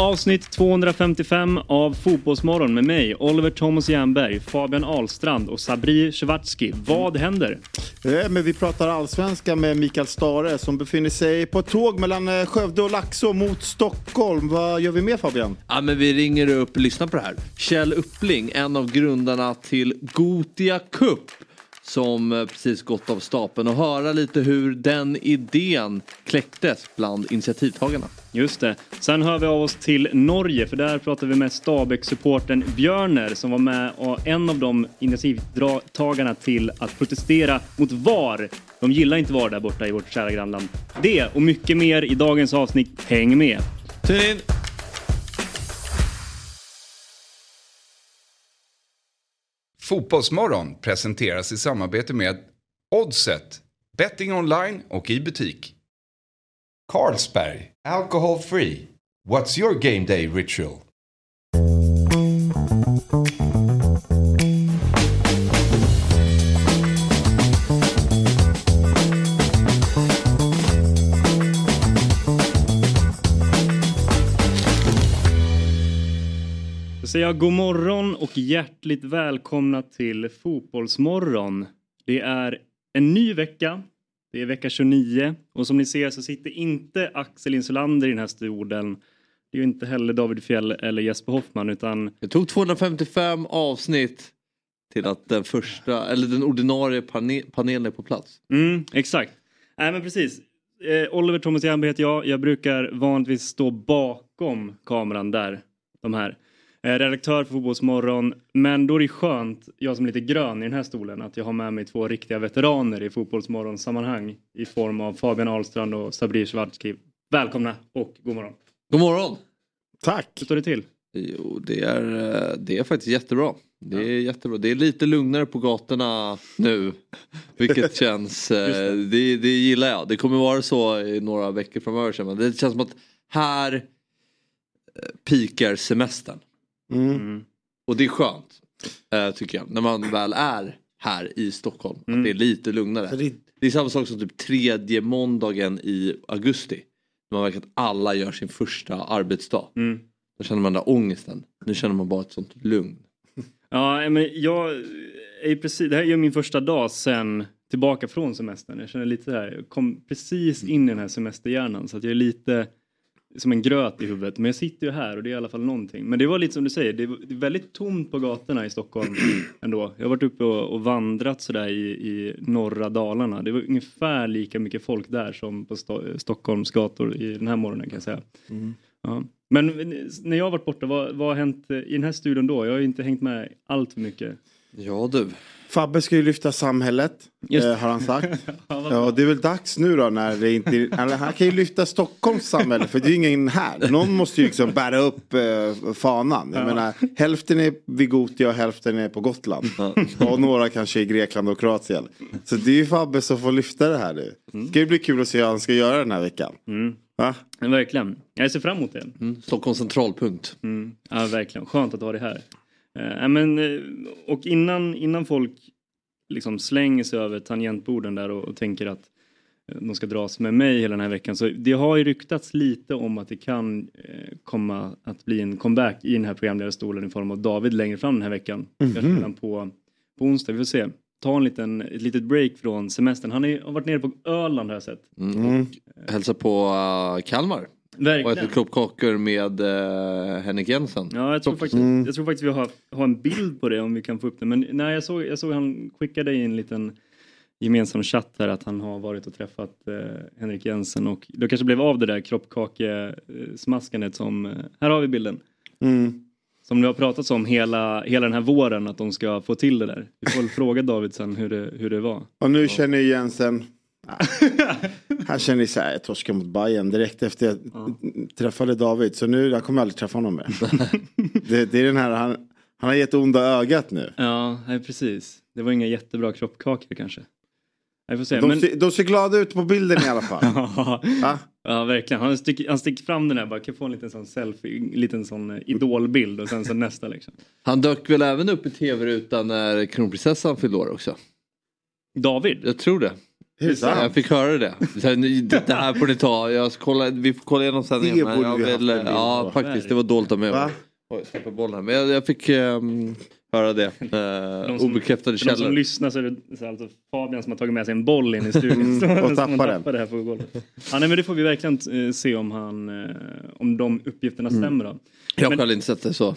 Avsnitt 255 av Fotbollsmorgon med mig, Oliver Thomas Jernberg, Fabian Ahlstrand och Sabri Shavatsky. Vad händer? Men vi pratar allsvenska med Mikael Stare som befinner sig på ett tåg mellan Skövde och Laxå mot Stockholm. Vad gör vi med, Fabian? Ja, men vi ringer upp och lyssnar på det här. Kjell Uppling, en av grundarna till Gothia Cup, som precis gått av stapeln, och höra lite hur den idén kläcktes bland initiativtagarna. Just det. Sen hör vi av oss till Norge, för där pratar vi med Stabæk-supporten Björner som var med och en av de initiativtagarna till att protestera mot VAR. De gillar inte VAR där borta i vårt kära grannland. Det och mycket mer i dagens avsnitt. Häng med! Tune in! Fotbollsmorgon presenteras i samarbete med Oddset, betting online och i butik. Carlsberg, alcohol free. What's your game day ritual? Så säger jag god morgon och hjärtligt välkomna till Fotbollsmorgon. Det är en ny vecka. Det är vecka 29. Och som ni ser så sitter inte Axel Insulander i den här stolen. Det är ju inte heller David Fjell eller Jesper Hoffman, utan... Det tog 255 avsnitt till att den ordinarie panelen är på plats. Exakt. Nej, men precis. Oliver Thomas Jernberg heter jag. Jag brukar vanligtvis stå bakom kameran där. De här. Redaktör för Fotbollsmorgon. Men då är det skönt, jag som är lite grön i den här stolen, att jag har med mig två riktiga veteraner i Fotbollsmorgons sammanhang i form av Fabian Ahlstrand och Sabri Shavatsky. Välkomna och god morgon. God morgon. Tack. Hur står det till? Jo, det är faktiskt jättebra. Det är jättebra. Det är lite lugnare på gatorna nu. Vilket känns... det gillar jag. Det kommer vara så i några veckor framöver. Men det känns som att här pikar semestern. Och det är skönt, tycker jag, när man väl är här i Stockholm, att det är lite lugnare. Det är samma sak som typ tredje måndagen i augusti, när man verkar att alla gör sin första arbetsdag. Då känner man den där ångesten. Nu känner man bara ett sånt lugn. Ja, men jag är precis, det här är min första dag sen tillbaka från semestern. Jag känner lite här, jag kom precis in i den här semesterhjärnan, så att jag är lite som en gröt i huvudet. Men jag sitter ju här och det är i alla fall någonting. Men det var lite som du säger, det är väldigt tomt på gatorna i Stockholm ändå. Jag har varit uppe och vandrat sådär i norra Dalarna. Det var ungefär lika mycket folk där som på Stockholms gator i den här morgonen, kan jag säga. Ja. Men när jag har varit borta, vad har hänt i den här studion då? Jag har ju inte hängt med allt för mycket. Ja, du. Fabbe ska ju lyfta samhället, har han sagt. Ja, det är väl dags nu då när det inte... Eller, han kan ju lyfta Stockholms samhälle, för det är ingen här. Någon måste ju liksom bära upp fanan. Jag menar, hälften är vid Gothia och hälften är på Gotland. Och några kanske i Grekland och Kroatien. Så det är ju Fabbe som får lyfta det här nu. Ska det bli kul att se vad han ska göra den här veckan. Va? Ja, verkligen. Jag ser fram emot det. Stockholms centralpunkt. Ja, verkligen. Skönt att ha det här. Och innan folk liksom slänger sig över tangentborden där och tänker att de ska dras med mig hela den här veckan, så det har ju ryktats lite om att det kan komma att bli en comeback i den här programledarstolen i form av David längre fram den här veckan. Redan på onsdag, vi får se. Ta ett litet break från semestern. Han har varit nere på Öland, har jag sett. Hälsa på Kalmar. Verkligen. Och ätit kloppkakor med Henrik Jensen. Ja, jag tror faktiskt vi har en bild på det, om vi kan få upp det. Men nej, jag såg han skickade i en liten gemensam chatt här att han har varit och träffat Henrik Jensen. Och då kanske blev av det där kroppkakesmaskandet som... här har vi bilden. Som det har pratats om hela den här våren, att de ska få till det där. Vi får väl fråga David sen hur det var. Och nu känner Jensen... Han känner så här, jag torskar mot Bayern direkt efter jag träffade David. Så nu, jag kommer aldrig träffa honom mer. det är den här, han har gett onda ögat nu. Ja, nej, precis. Det var inga jättebra kroppkakor kanske. Jag får se. De ser glada ut på bilden i alla fall. Ja, verkligen. Han sticker fram den här, bara kan få en liten sån selfie, en liten sån idolbild och sen så nästa liksom. Han dök väl även upp i tv-rutan när kronprinsessan fyllde år också? David? Jag tror det. Jag fick höra det. Det här får ni ta. Vi får kolla igenom sändningen. Ja, faktiskt. Det var dåligt av mig. Oj, släppa bollen. Men jag fick höra det. Obekräftade källor. De som lyssnar så är det alltså Fabian som har tagit med sig en boll in i studion. Och tappar den. Det här på golvet. Ja, nej, men det får vi verkligen se om de uppgifterna stämmer då. Jag har själv inte sett det så.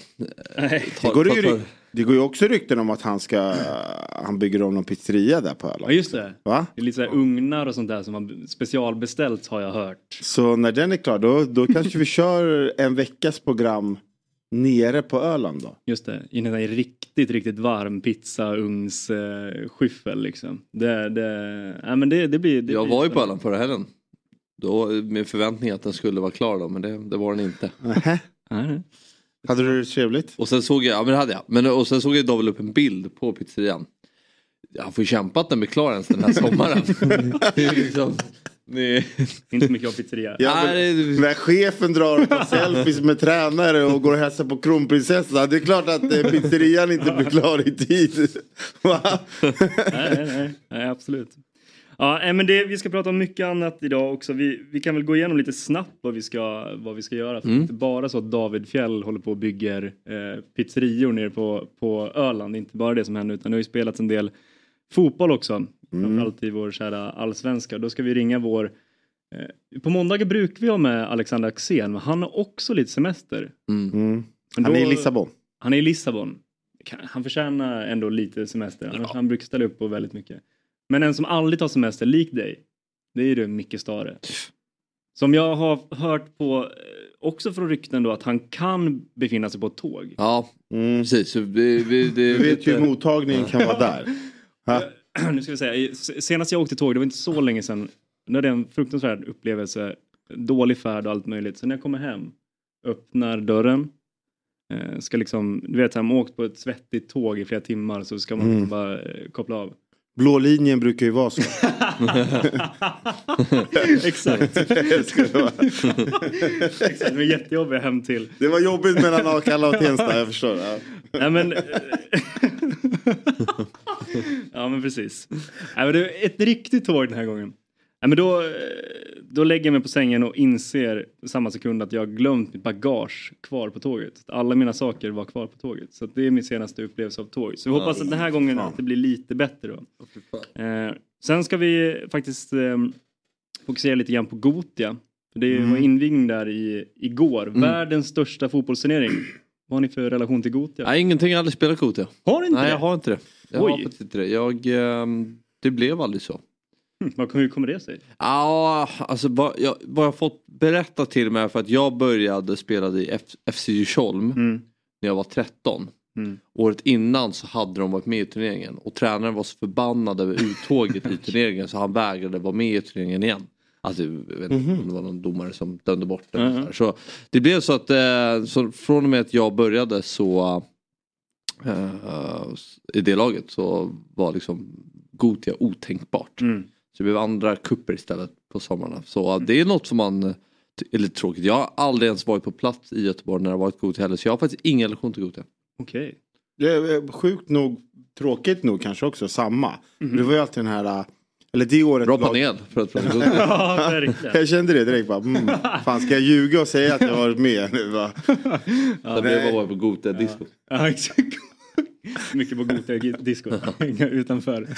Det går ju också rykten om att han bygger om någon pizzeria där på Öland. Ja, just det. Va? Det är lite så här ugnar och sånt där som har specialbeställts, har jag hört. Så när den är klar då kanske vi kör en veckas program nere på Öland då. Just det, i en riktigt, riktigt varm pizzaugnskyffel liksom. Men det blir... Jag var ju på Öland förra helgen. Då med förväntning att den skulle vara klar då, men det var den inte. Nej. Hade du det trevligt? Och sen såg jag, och sen såg jag David upp en bild på pizzerian. Jag får kämpa att den blir klar ens den här sommaren. Det är liksom... Inte så mycket av pizzeria. När chefen drar på selfies med tränare och går och hälsar på kronprinsessan, det är klart att pizzerian inte blir klar i tid. Va? Nej, absolut. Ja, men vi ska prata om mycket annat idag också. Vi kan väl gå igenom lite snabbt vad vi ska göra. För det är inte bara så att David Fjäll håller på och bygger pizzerior nere på Öland. Det är inte bara det som händer, utan det har ju spelats en del fotboll också. Framförallt i vår kära allsvenska. Då ska vi ringa på måndagar brukar vi ha med Alexander Axén, men han har också lite semester. Men han är i Lissabon. Han är i Lissabon. Han förtjänar ändå lite semester. Annars han brukar ställa upp på väldigt mycket. Men en som aldrig tar semester lik dig, det är ju Micke Stare. Som jag har hört på, också från rykten då, att han kan befinna sig på ett tåg. Ja, precis. Du vet ju hur mottagningen kan vara där. Nu ska vi säga, senast jag åkte tåg, det var inte så länge sedan. Det är en fruktansvärd upplevelse, dålig färd och allt möjligt. Så när jag kommer hem, öppnar dörren, ska liksom, du vet, man åkt på ett svettigt tåg i flera timmar, så ska man bara koppla av. Blå linjen brukar ju vara så. Exakt. Exakt, det var jättejobbigt hem till. Det var jobbigt mellan Akalla och Tensta, jag förstår. Ja. Ja, men... ja, men precis. Ja, men det är ett riktigt tåg den här gången. Ja, men då lägger jag mig på sängen och inser samma sekund att jag har glömt mitt bagage kvar på tåget. Alla mina saker var kvar på tåget. Så det är min senaste upplevelse av tåg. Så vi hoppas att den här gången att det blir lite bättre då. Sen ska vi faktiskt fokusera lite grann på Gothia. För det var invigning där igår. Världens största fotbollsturnering. Vad har ni för relation till Gothia? Nej, ingenting. Jag har aldrig spelat Gothia. Har du inte? Nej, jag har inte det. Det blev aldrig så. Hur kommer det sig? Ja, alltså vad jag fått berätta till mig för att jag började spela i FC Djursholm när jag var 13. Året innan så hade de varit med i turneringen och tränaren var så förbannad över uttåget i turneringen så han vägrade vara med i turneringen igen. Alltså, jag vet inte om det var någon domare som dömde bort det. Så det blev så att så från och med att jag började så i det laget så var liksom Gothia otänkbart. Så det blev andra kupper istället på sommarna. Så det är något som man är lite tråkigt. Jag har aldrig ens varit på plats i Göteborg när det har varit Gothia heller. Så jag har faktiskt ingen relation till Gothia. Okej. Det är sjukt nog, tråkigt nog kanske också, samma. Det var ju alltid den här... Eller det året... Bra panel för att prata Gothia. Ja, verkligen. Jag kände det direkt bara, fan ska jag ljuga och säga att jag har varit med nu va? Det blev bara på Gothia-disco. Ja, exakt. Mycket på Gothia-disco. Utanför.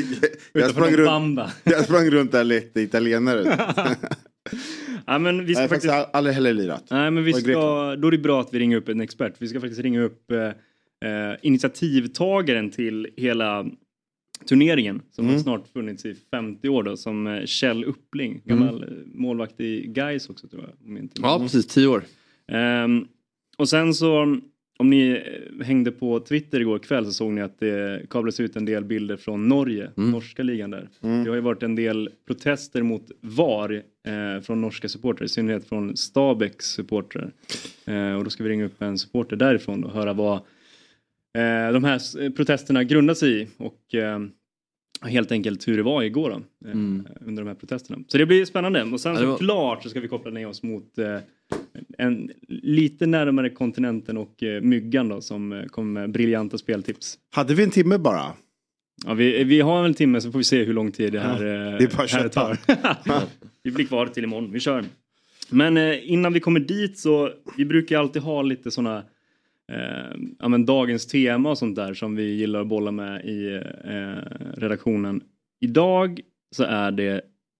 Jag sprang runt där lite italienare. Ja, men vi ska faktiskt aldrig heller lirat. Nej, men då är det bra att vi ringer upp en expert. Vi ska faktiskt ringa upp initiativtagaren till hela turneringen som har snart funnits i 50 år då, som Kjell Uppling, gammal målvakt i Gais också tror jag. Ja, precis, 10 år. Och sen så, om ni hängde på Twitter igår kväll så såg ni att det kablades ut en del bilder från Norge, norska ligan där. Det har ju varit en del protester mot VAR från norska supportrar, i synnerhet från Stabæks supportrar. Och då ska vi ringa upp en supporter därifrån och höra vad de här protesterna grundar sig i och helt enkelt hur det var igår då, under de här protesterna. Så det blir spännande. Och sen såklart så ska vi koppla ner oss mot en lite närmare kontinenten och Myggan då, som kom med briljanta speltips. Hade vi en timme bara? Ja, vi har en timme så får vi se hur lång tid det här, det tar. Vi blir kvar till imorgon, vi kör. Men innan vi kommer dit så, vi brukar alltid ha lite sådana dagens tema och sånt där som vi gillar att bolla med i redaktionen. Idag så är det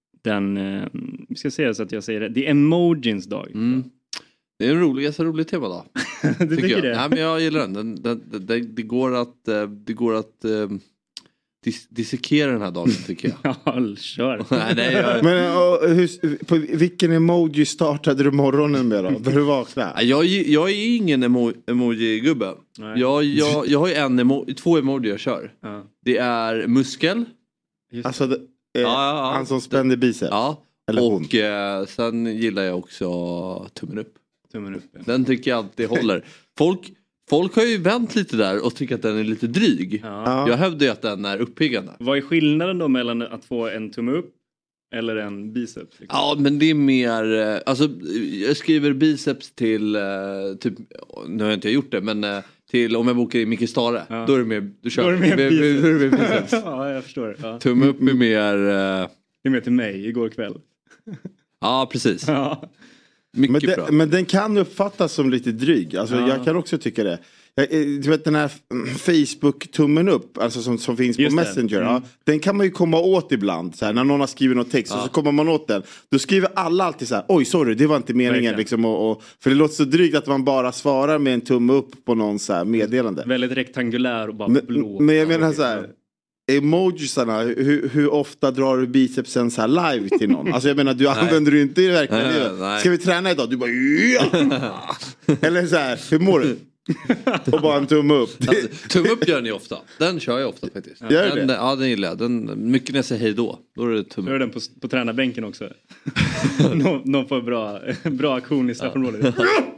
vi ska se så att jag säger det är emojins dag. Det är en rolig tema då. Du tycker det? Nej, men jag gillar den. Det går att dissekera den här dagen tycker jag. Ja, kör. Men på vilken emoji startade du morgonen med då? När du vaknade? Jag är ingen emoji-gubbe. Jag har ju två emoji jag kör. Ja. Det är muskel. Alltså han som spände bicep. Ja. Eller och sen gillar jag också tummen upp. Tummen upp. Ja. Den tycker jag alltid håller. Folk har ju vänt lite där och tycker att den är lite dryg. Ja. Jag hävdar ju att den är uppiggande. Vad är skillnaden då mellan att få en tumme upp eller en biceps? Liksom? Ja, men det är mer... Alltså, jag skriver biceps till... typ, nu har jag inte gjort det, men till om jag bokar i Micke Stare. Ja. Då är det mer... Då är det mer biceps. Ja, jag förstår. Ja. Tumme upp är mer... Det är mer till mig igår kväll. Ja, precis. Ja. Men den kan uppfattas som lite dryg. Alltså, jag kan också tycka det. Du vet den här Facebook-tummen upp, alltså som finns på Messenger. Den kan man ju komma åt ibland. Så här, när någon har skrivit något text och så kommer man åt den. Då skriver alla alltid så här: oj sorry, det var inte meningen. Liksom, för det låter så drygt att man bara svarar med en tumme upp på någon så här meddelande. Väldigt rektangulär och bara blå. Men jag menar så här... Emojisarna, hur ofta drar du bicepsen så här live till någon? Alltså jag menar, du använder du inte i verkligen livet. Ska vi träna idag? Du bara Eller så här, hur mår du? Och bara en tumme upp. Alltså, tumme upp gör ni ofta. Den kör jag ofta faktiskt. Den gillar jag. Mycket när jag säger hej då. Då är det tumme. Då är den på tränarbänken också. Någon får bra aktion i straffområdet.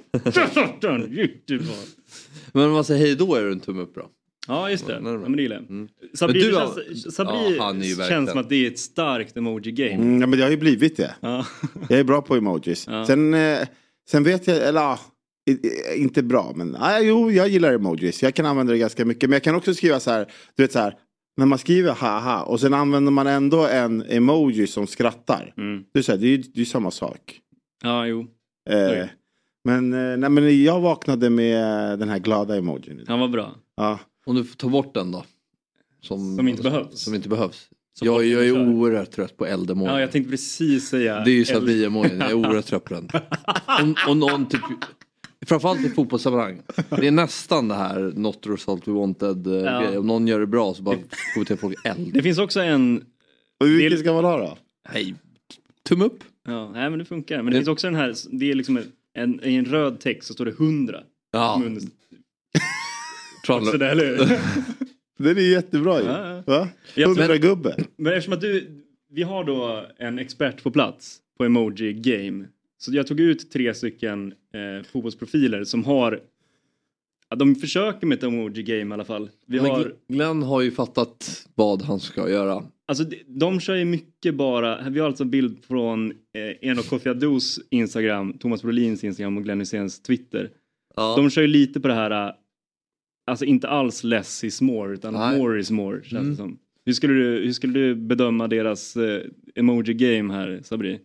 Men om man säger hej då är det en tumme upp bra. Ja, just det. Ja, men det gillar jag. Sabri känns som att det är ett starkt emoji-game. Ja, men det har ju blivit det. Ja. Jag är bra på emojis. Ja. Sen vet jag, eller inte bra, men jag gillar emojis. Jag kan använda det ganska mycket. Men jag kan också skriva så här, du vet så här, när man skriver haha och sen använder man ändå en emoji som skrattar. Det är så här, det är ju samma sak. Ja, jo. Men jag vaknade med den här glada emojin. Han var bra. Ja. Om du får ta bort den då. Som inte behövs. Jag är oerhört trött på eldemojin. Ja, jag tänkte precis säga. Det är ju Sabri-emojin. Jag är oerhört trött på den. Om någon typ... Framförallt i fotbollssammanhang. Det är nästan det här not result we wanted. Om någon gör det bra så bara får vi till folk eld. Det finns också en... Och vilken ska man ha då? Hej, tumme upp. Ja, nej men det funkar. Men det finns också den här, det är liksom en röd text så står det 100. Ja. Så det, eller? Den är jättebra ju. Va? 100 gubbe. Men eftersom att vi har då en expert på plats på emoji game. Så jag tog ut 3 stycken fotbollsprofiler som har... Ja, de försöker med ett emoji game i alla fall. Glenn har ju fattat vad han ska göra. Alltså de kör ju mycket bara... Vi har alltså bild från Enoch Kofiadous Instagram, Thomas Brolins Instagram och Glenn Hyséns Twitter. Ja. De kör ju lite på det här... Alltså inte alls less is more utan more is more. Känns det som. Hur skulle du bedöma deras emoji game här, Sabri?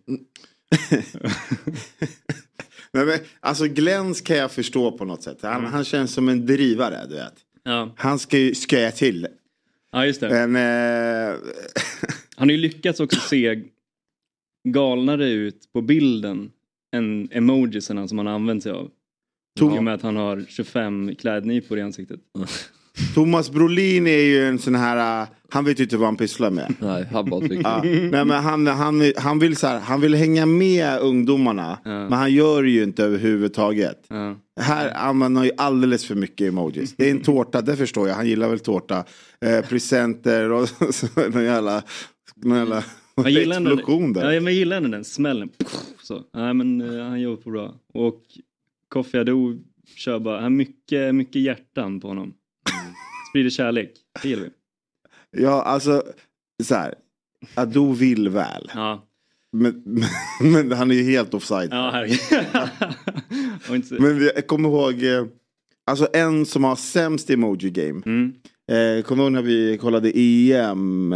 Men alltså Glens kan jag förstå på något sätt. Han känns som en drivare, du vet. Ja. Han ska jag till. Ja, just det. Men, han har ju lyckats också se galnare ut på bilden än emojisarna som han har använt sig av. I och med att han har 25 klädnypor i ansiktet. Thomas Brolin är ju en sån här... Han vet ju inte vad han pysslar med. Nej, han bara tycker. Nej, men han vill så här, han vill hänga med ungdomarna. Men han gör det ju inte överhuvudtaget. Här använder han ju alldeles för mycket emojis. Det är en tårta, det förstår jag. Han gillar väl tårta. Presenter och någon jävla explosion där. Ja, men jag gillar ändå den smällen. Så. Nej, men han gör på bra. Och Kofiadou kör bara... Han har mycket hjärtan på honom. Sprider kärlek. Det gillar vi. Ja, alltså så här. Ado vill väl. Ja. Men han är ju helt offside. Ja, Men jag kommer ihåg Alltså en som har sämst emoji game. Kommer ihåg när vi kollade EM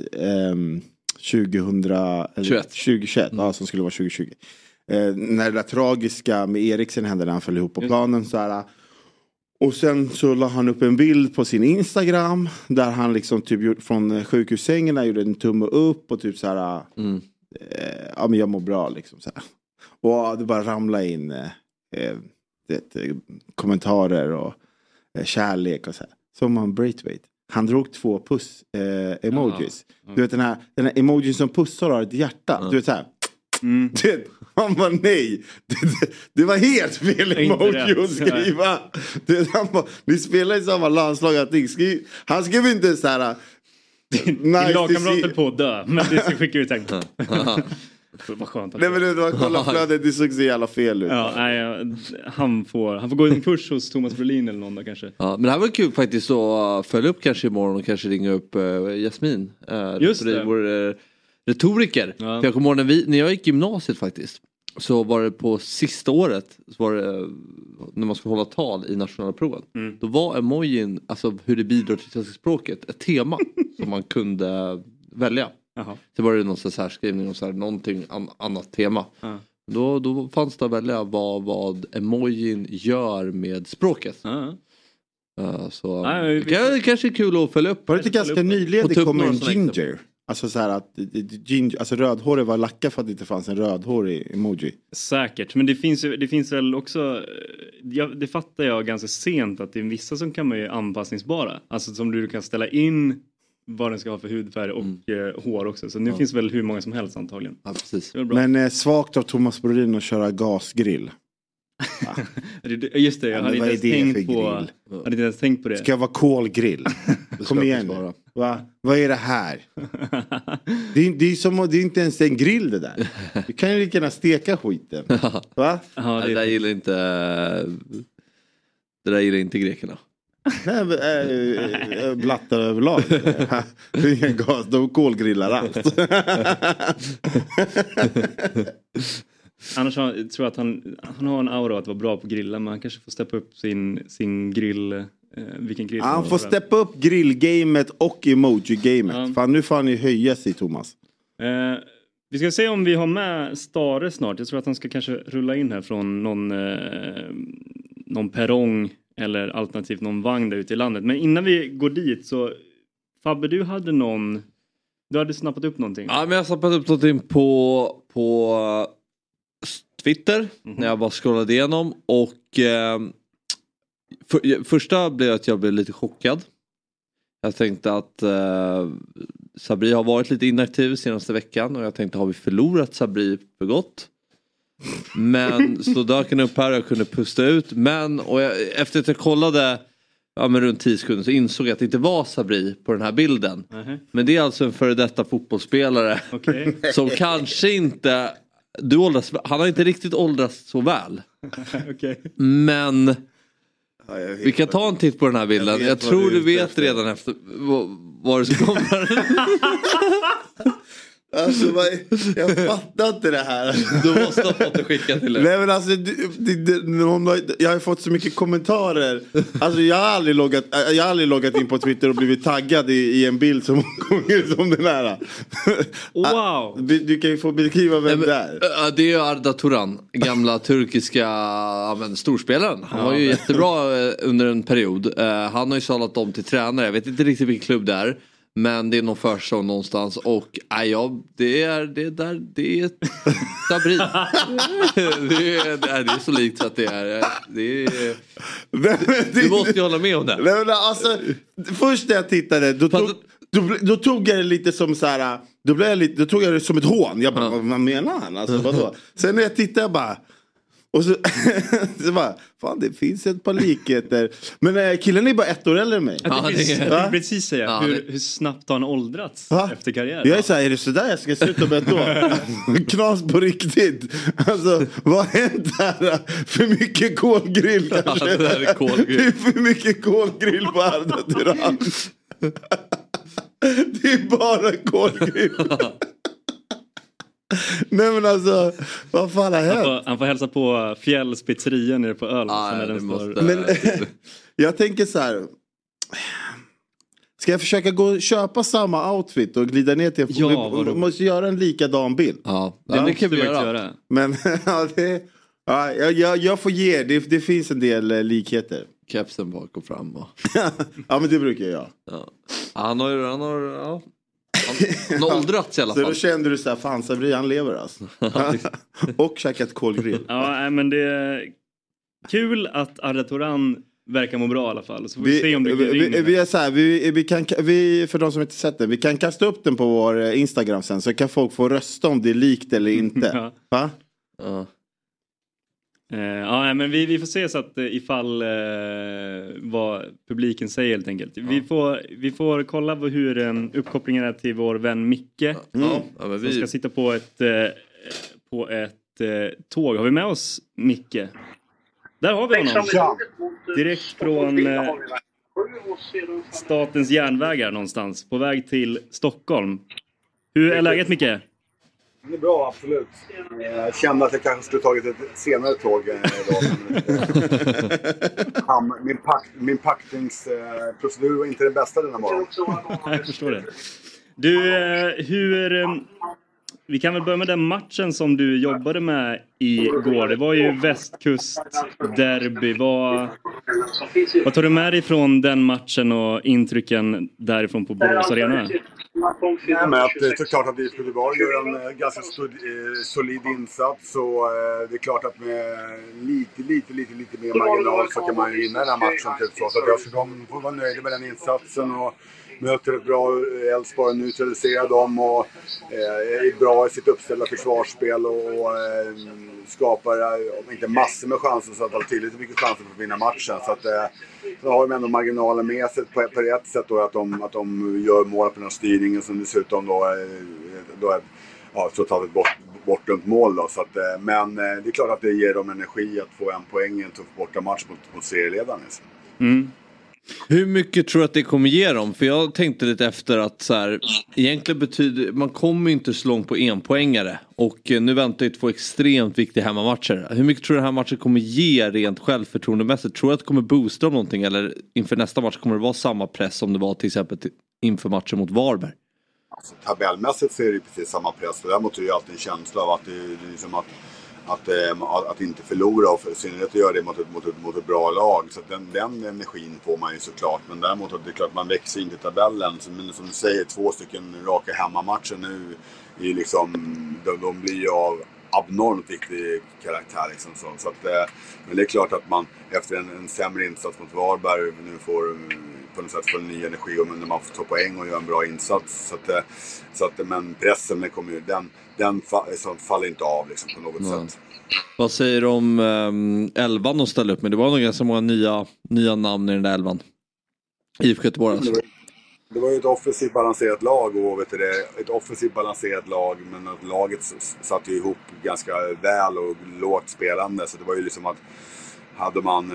2021, som skulle vara 2020. När det där tragiska med Eriksen hände när han föll ihop på planen så här. Och sen så la han upp en bild på sin Instagram där han liksom typ från sjukhussängen gjorde en tumme upp och typ så här ja men jag mår bra liksom så här. Och det bara ramlade in kommentarer och kärlek och så här. Som han Braithwaite. Han drog 2 puss emojis. Du vet den här emojin som pussar har ett hjärta. Du vet så här. Han var nej. Det var helt fel emoji att skriva. Ni spelar i samma landslag. Han skrev inte så här. Din lagkamrater på att dö. Men det ska skicka ut en. Vad skönt. Nej men det var kolla flödet. Det såg så jävla fel ut. Ja, nej, han får gå en kurs hos Thomas Brolin eller någon då kanske. Ja, men det här var kul faktiskt att följa upp kanske imorgon och kanske ringa upp Jasmin. Just det. Vår retoriker. Ja. För jag kommer ihåg när jag gick gymnasiet faktiskt. Så var det på sista året. Så var det när man skulle hålla tal i nationella proven. Då var emojin, alltså hur det bidrar till svenska språket, ett tema som man kunde välja. Aha. Så var det någon sån här skrivning och så här, någonting annat tema. Då fanns det att välja vad emojin gör med spropet. Så det kanske är kul att följa upp. Var det inte ganska nyligen det kom en ginger? Alltså så här att alltså rödhårig var lacka för att det inte fanns en rödhårig emoji. Säkert, men det finns väl också, det fattar jag ganska sent att det är vissa som kan vara anpassningsbara. Alltså som du kan ställa in vad den ska ha för hudfärg och hår också. Så nu finns väl hur många som helst antagligen. Ja, precis. Men svagt av Thomas Brodin att köra gasgrill. Just det, jag hade inte ens tänkt på det. Ska vara kolgrill. Kom igen nu. Vad är det här? Det är inte ens en grill det där. Du kan ju lika gärna steka skiten. Va? Ja, det där gillar inte grekerna. Nej, blattar överlag. Ingen gas, de kolgrillar allt. Annars tror jag att han har en aura att vara bra på grilla, men han kanske får steppa upp sin grill. Vilken grill han får steppa upp grillgamet och emoji-gamet. Fan, nu får han ju höja sig, Thomas. Vi ska se om vi har med Stare snart. Jag tror att han ska kanske rulla in här från någon perrong eller alternativt någon vagn där ute i landet. Men innan vi går dit så, Fabbe, du hade snappat upp någonting. Ja, men jag har snappat upp någonting på Twitter när jag bara scrollade igenom och första blev att jag blev lite chockad. Jag tänkte att Sabri har varit lite inaktiv senaste veckan och jag tänkte, har vi förlorat Sabri för gott? Men så dök han upp här och jag kunde pusta ut. Men efter att jag kollade runt 10 sekunder så insåg jag att det inte var Sabri på den här bilden. Men det är alltså en före detta fotbollsspelare som kanske inte... han har inte riktigt åldrats så väl. Men vi kan ta en titt på den här bilden. Jag tror du vet redan efter vad det ska komma. Alltså, jag fattar inte det här. Du måste ha fått det skickat till dig. Nej, men alltså, jag har fått så mycket kommentarer. Alltså, jag har aldrig loggat in på Twitter och blivit taggad i en bild som den här. Wow. Du kan ju få beskriva vem det är. Det är Arda Turan, gamla turkiska storspelaren. Han var ju jättebra under en period. Han har ju salat om till tränare. Jag vet inte riktigt vilken klubb det är. Men det är någon försäsong någonstans. Och det är Sabri. det är så likt så att det är du måste ju hålla med om det. Nej, men alltså, först när jag tittade då tog jag det lite som så här. Då tog jag det som ett hån. Jag bara, vad menar han? Alltså, vadå? Sen när jag tittade jag bara. Och så bara, fan, det finns ett par likheter. Men killen är bara 1 år äldre än mig. Jag tänkte precis säga hur snabbt har han åldrats efter karriären. Jag är så här, är det sådär jag ska sluta om 1 år? Knas på riktigt. Alltså, vad har hänt här? För mycket kolgrill kanske. Det där är kolgrill. Det är för mycket kolgrill på Arda Turan. Det är bara kolgrill. Nej men alltså, vad fan har hänt? Han får hälsa på Fjälls pizzeria nere på Öl. Men jag tänker så här. Ska jag försöka gå och köpa samma outfit och glida ner till... Vi måste göra en likadan bild. Ja, det kan vi göra. Men jag får ge. Det finns en del likheter. Kepsen bak och fram. Ja, men det brukar jag. Ja. Han har åldrats i alla fall. Så då kände du så här, fan Sabri, han lever alltså. Och käkat kolgrill. Ja, men det är kul att Arda Turan verkar må bra i alla fall. Så får vi se om det vi är så här, vi för de som inte sett det, vi kan kasta upp den på vår Instagram sen, så kan folk få rösta om det är likt eller inte. Va? Ja. Ja, men vi får se så att ifall vad publiken säger helt enkelt. Vi får kolla hur uppkopplingen är till vår vän Micke. Som ska sitta på ett tåg. Har vi med oss Micke? Där har vi honom. Direkt från Statens järnvägar någonstans. På väg till Stockholm. Hur är läget, Micke? Det är bra, absolut. Jag kände att jag kanske skulle tagit ett senare tåg idag. Min packningsprocedur var inte den bästa denna morgon. Jag förstår det. Du, vi kan väl börja med den matchen som du jobbade med igår. Det var ju västkustderby. Vad tar du med dig från den matchen och intrycken därifrån på Borås Arena? Nej, men det är klart att IFK Göteborg gör en ganska solid insats. Så det är klart att med lite mer marginal så kan man ju vinna den här matchen. Typ så att jag får vara nöjd med den insatsen och möter ett bra Elfsborg, neutraliserar dem och är bra i sitt uppställda försvarsspel och skapar, om inte massor med chanser så att de tillräckligt mycket chanser för att vinna matchen. Så att så har de ändå marginalen med sig på ett sätt då, att de gör mål på den här styrningen som dessutom då är trots allt ett bortdömt mål då. Så att, men det är klart att det ger dem energi att få en poäng i en tuff bortamatch mot serieledaren. Mm. Hur mycket tror du att det kommer ge dem? För jag tänkte lite efter att så här, egentligen betyder, man kommer inte så långt på enpoängare. Och nu väntar ju 2 extremt viktiga hemmamatcher. Hur mycket tror du den här matchen kommer ge rent självförtroendemässigt? Tror du att det kommer boosta dem någonting? Eller inför nästa match kommer det vara samma press som det var till exempel inför matchen mot Varberg? Alltså, tabellmässigt så är det precis samma press. Däremot är det ju alltid en känsla av att det är liksom att inte förlora och för synnerhet att göra det mot ett bra lag. Så den energin får man ju såklart. Men däremot att det är klart man växer in i tabellen. Men som du säger, 2 stycken raka hemmamatcher nu är liksom, de blir ju av abnormt viktig karaktär liksom. Så att, men det är klart att man efter en sämre insats mot Varberg nu får på något sätt få en ny energi och när man får ta poäng och göra en bra insats. Så att men pressen kommer ju, den faller inte av liksom, på något sätt. Vad säger du om elvan de ställer upp med? Det var nog ganska många nya namn i den där elvan. IFK Göteborg alltså. Det var ju ett offensivt balanserat lag och men att laget satt ju ihop ganska väl och lågt spelande, så det var ju liksom att hade man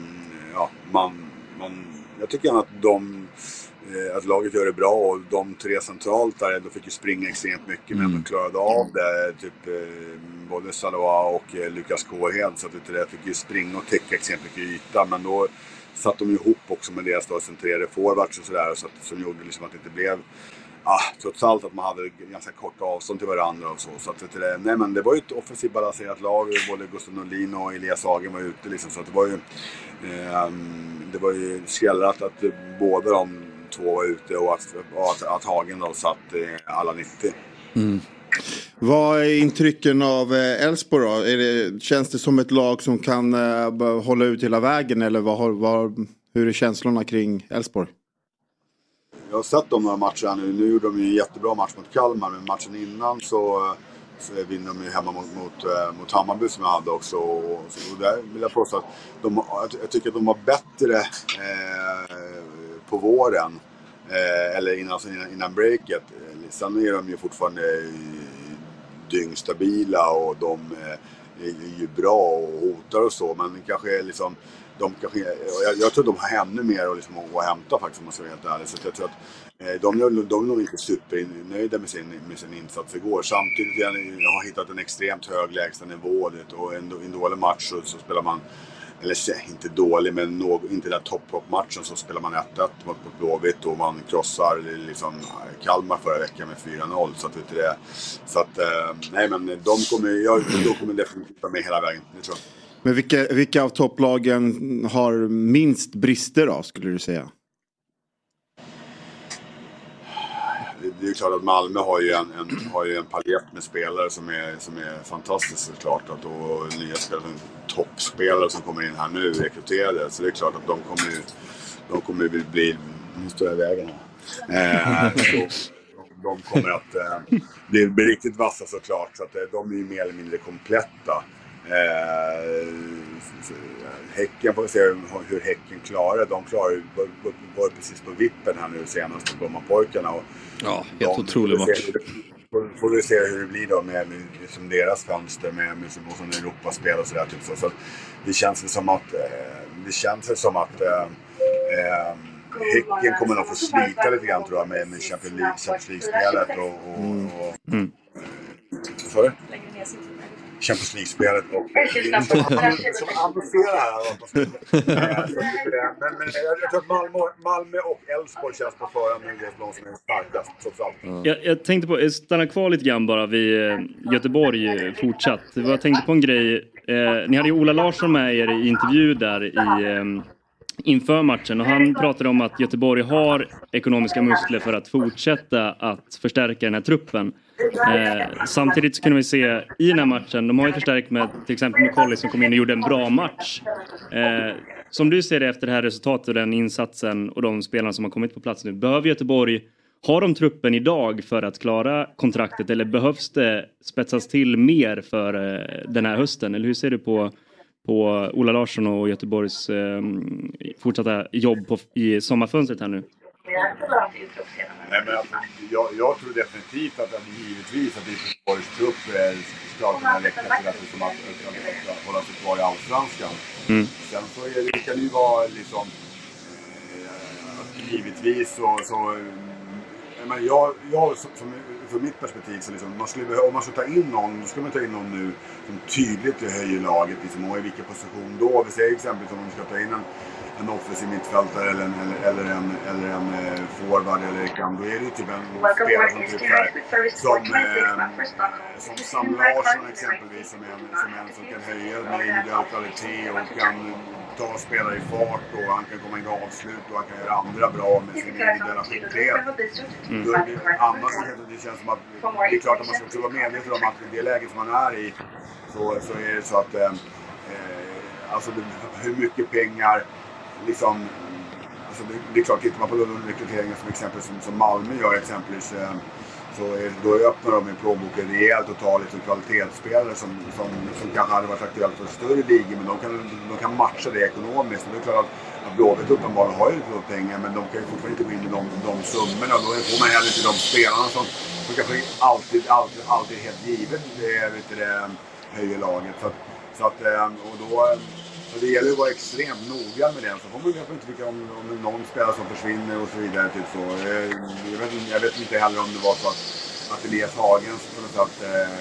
jag tycker att laget gör det bra och de 3 centralt där då fick ju springa extremt mycket men de klarade av det typ både Saloa och Lukas Kåhed, så att det fick ju springa och täcka extremt mycket yta, men då satt de ihop också med deras då centrerade forwards och sådär, så som gjorde liksom att det inte blev trots allt att man hade ganska kort avstånd till varandra och så att nej, men det var ju ett offensivt balanserat lag, både Gustav Norlin och Elias Hagen var ute liksom, så att det var ju skrällat att båda de 2 var ute och att Hagen då satt alla 90. Vad är intrycken av Elfsborg då? Känns det som ett lag som kan hålla ut hela vägen, eller hur är känslorna kring Elfsborg? Jag har sett de här matcherna nu gjorde de ju en jättebra match mot Kalmar, men matchen innan så vinner de ju hemma mot Hammarby som jag hade också. Och där vill jag påstå att jag tycker att de var bättre på våren eller innan breaket. Sen är de ju fortfarande dyngstabila och de är ju bra och hotar och så, men kanske liksom jag tror de har ännu mer att hämta faktiskt, om man ska vara helt ärlig. Så jag tror att de är nog inte supernöjda med sin insats igår. Samtidigt jag har hittat en extremt hög lägsta nivå och en dålig match så spelar man, eller inte dålig, men inte den topp-matchen, så spelar man 1-1 mot Blåvitt och man krossar liksom Kalmar förra veckan med 4-0. Så att det, så att nej, men de kommer definitivt vara med hela vägen, det tror jag. Men vilka av topplagen har minst brister då, skulle du säga? Det är klart att Malmö har ju en palett med spelare som är fantastiskt, såklart. Och nya spelare, toppspelare som kommer in här nu, rekryterade. Så det är klart att de kommer bli, nu står jag i vägen här. De kommer att bli riktigt vassa, såklart. Så att de är ju mer eller mindre kompletta. Häcken får vi se hur Häcken klarar. De var precis på vippen här nu senast på Brommapojkarna. Ja, helt otrolig match. Får vi se hur det blir då med liksom deras fönster med som Europaspel och sådär typ så. Det känns som att Häcken kommer nog få slita lite grann, tror jag, med Champions League-spelet och sorry? Champions League-spelet och som annonserar här. Men jag tror att Malmö och Elfsborg känns på förhand nu, de som är starkast, trots allt. Jag tänkte på, stanna kvar lite grann bara vid Göteborg fortsatt. Jag tänkte på en grej. Ni hade ju Ola Larsson med er i intervju där inför matchen, och han pratade om att Göteborg har ekonomiska muskler för att fortsätta att förstärka den här truppen. Samtidigt så kunde vi se i den här matchen, de har ju förstärkt med till exempel McCauley som kom in och gjorde en bra match. Som du ser det efter det här resultatet och den insatsen och de spelarna som har kommit på plats nu, behöver Göteborg, har de truppen idag för att klara kontraktet, eller behövs det spetsas till mer för den här hösten? Eller hur ser du på Ola Larsson och Göteborgs fortsatta jobb i sommarfönstret här nu? Nej, men alltså, jag tror definitivt att givetvis att Göteborgs trupp ska kunna räcka till att hålla sig kvar i Allsvenskan. Sen så kan det ju vara liksom givetvis så men jag för mitt perspektiv så liksom, om man ska ta in någon, då ska man ta in någon nu som tydligt höjer laget liksom, och i vilken position då. Vi säger exempelvis om man ska ta in en offensiv mittfältare eller en forward eller då är det typ en spelare som typ som Sam Larsson exempelvis, som som kan höja med individuell kvalitet och kan ta spelare i fart, och han kan komma in i avslut och han kan göra andra bra med sin individuella skicklighet. Annars det känns som att det är klart att man ska vara medveten om att i det läget som man är i så är det så att alltså hur mycket pengar liksom, alltså det är klart, tittar man på rekryteringen som exempel som Malmö gör exempelvis, så då öppnar de en plånboken rejält och tar liksom kvalitetsspelare som kanske hade varit aktuellt för större ligor, men de kan matcha det ekonomiskt. Och det är klart att Blåvitt uppenbarligen har ju inte några pengar, men de kan ju fortfarande inte gå in i de summorna. Då får man heller inte de spelarna som kanske alltid är helt givet det höjer laget. Så att, och då... Så det gäller att vara extremt noga med den. Så får man inte tycka om någon spelare som försvinner och så vidare. Typ så. Jag vet inte heller om det var så att Elias Hagen som att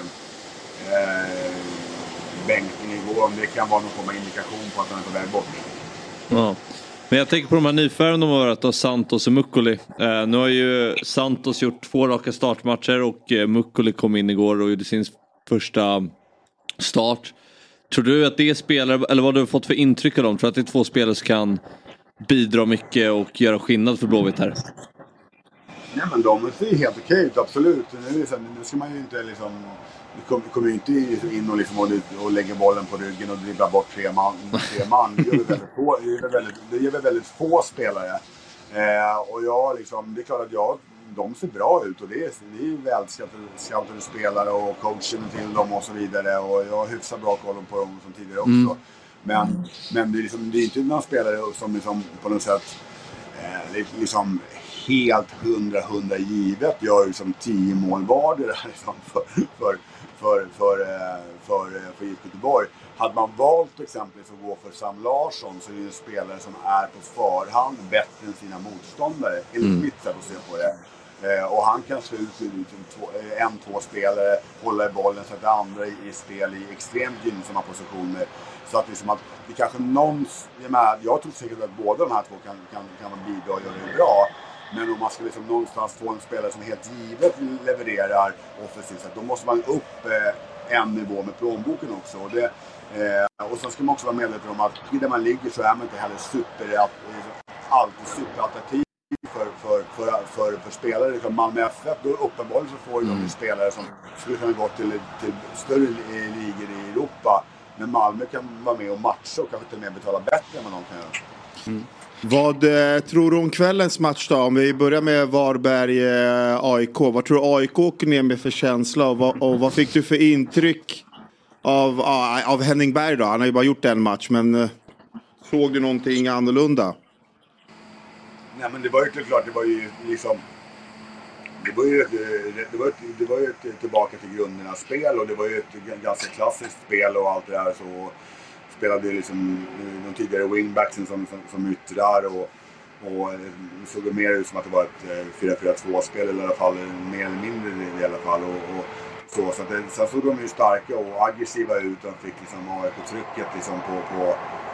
bänkning igår, om det kan vara någon form av indikation på att han är på väg bort. Ja. Men jag tänker på de här nyfärgen de har varit av Santos och Mukkoli. Nu har ju Santos gjort 2 raka startmatcher och Mukkoli kom in igår och gjorde sin första start. Tror du att det är spelare, eller vad du har fått för intryck av dem? Tror du att det är 2 spelare som kan bidra mycket och göra skillnad för Blåvitt här? Nej, men de ser helt okej ut, absolut. Nu ska man ju inte liksom... Du kommer ju inte in och, liksom, och lägger bollen på ryggen och dribblar bort 3 man. Det gör väl väldigt få spelare. Och jag liksom, det är klart att de ser bra ut, och det är välskattade spelare och coachen till dem och så vidare, och jag har hyfsat bra koll på dem som tidigare också. Men det är liksom, det är inte några spelare som liksom, på något sätt liksom helt 100 givet gör liksom 10 mål var det där liksom, för IFK Göteborg. Hade man valt exempelvis att gå för Sam Larsson så är det ju en spelare som är på förhand bättre än sina motståndare. Enligt mitt sätt att se på det. Och han kan slå ut två spelare, hålla i bollen så att det andra i spel i extremt gynnsamma positioner. Så att liksom att det kanske jag tror säkert att båda de här två kan bidra och göra det bra. Men om man ska liksom någonstans få en spelare som helt givet levererar offensivt, då måste man upp en nivå med plånboken också. Och sen ska man också vara medveten om att där man ligger så är man inte heller alltid superattraktiv för spelare. Liksom Malmö FF, då uppenbarligen så får de spelare som skulle kunna gå till större ligor i Europa. Men Malmö kan vara med och matcha och kanske till och med betala bättre än vad de kan göra. Mm. Vad tror du om kvällens match då? Om vi börjar med Varberg-AIK. Vad tror du AIK åker ner med för känsla? Och vad fick du för intryck av Henning Berg då? Han har ju bara gjort en match, men såg du någonting annorlunda? Nej, men det var ju klart, det var ju ett tillbaka till grunderna spel och det var ju ett ganska klassiskt spel och allt det där. Så spelade liksom de tidigare wingbacksen som yttrar och såg det mer ut som att det var ett 4-4-2-spel eller i alla fall mer eller mindre i alla fall så att sen såg de ju starka och aggressiva ut och fick liksom AIK-trycket liksom på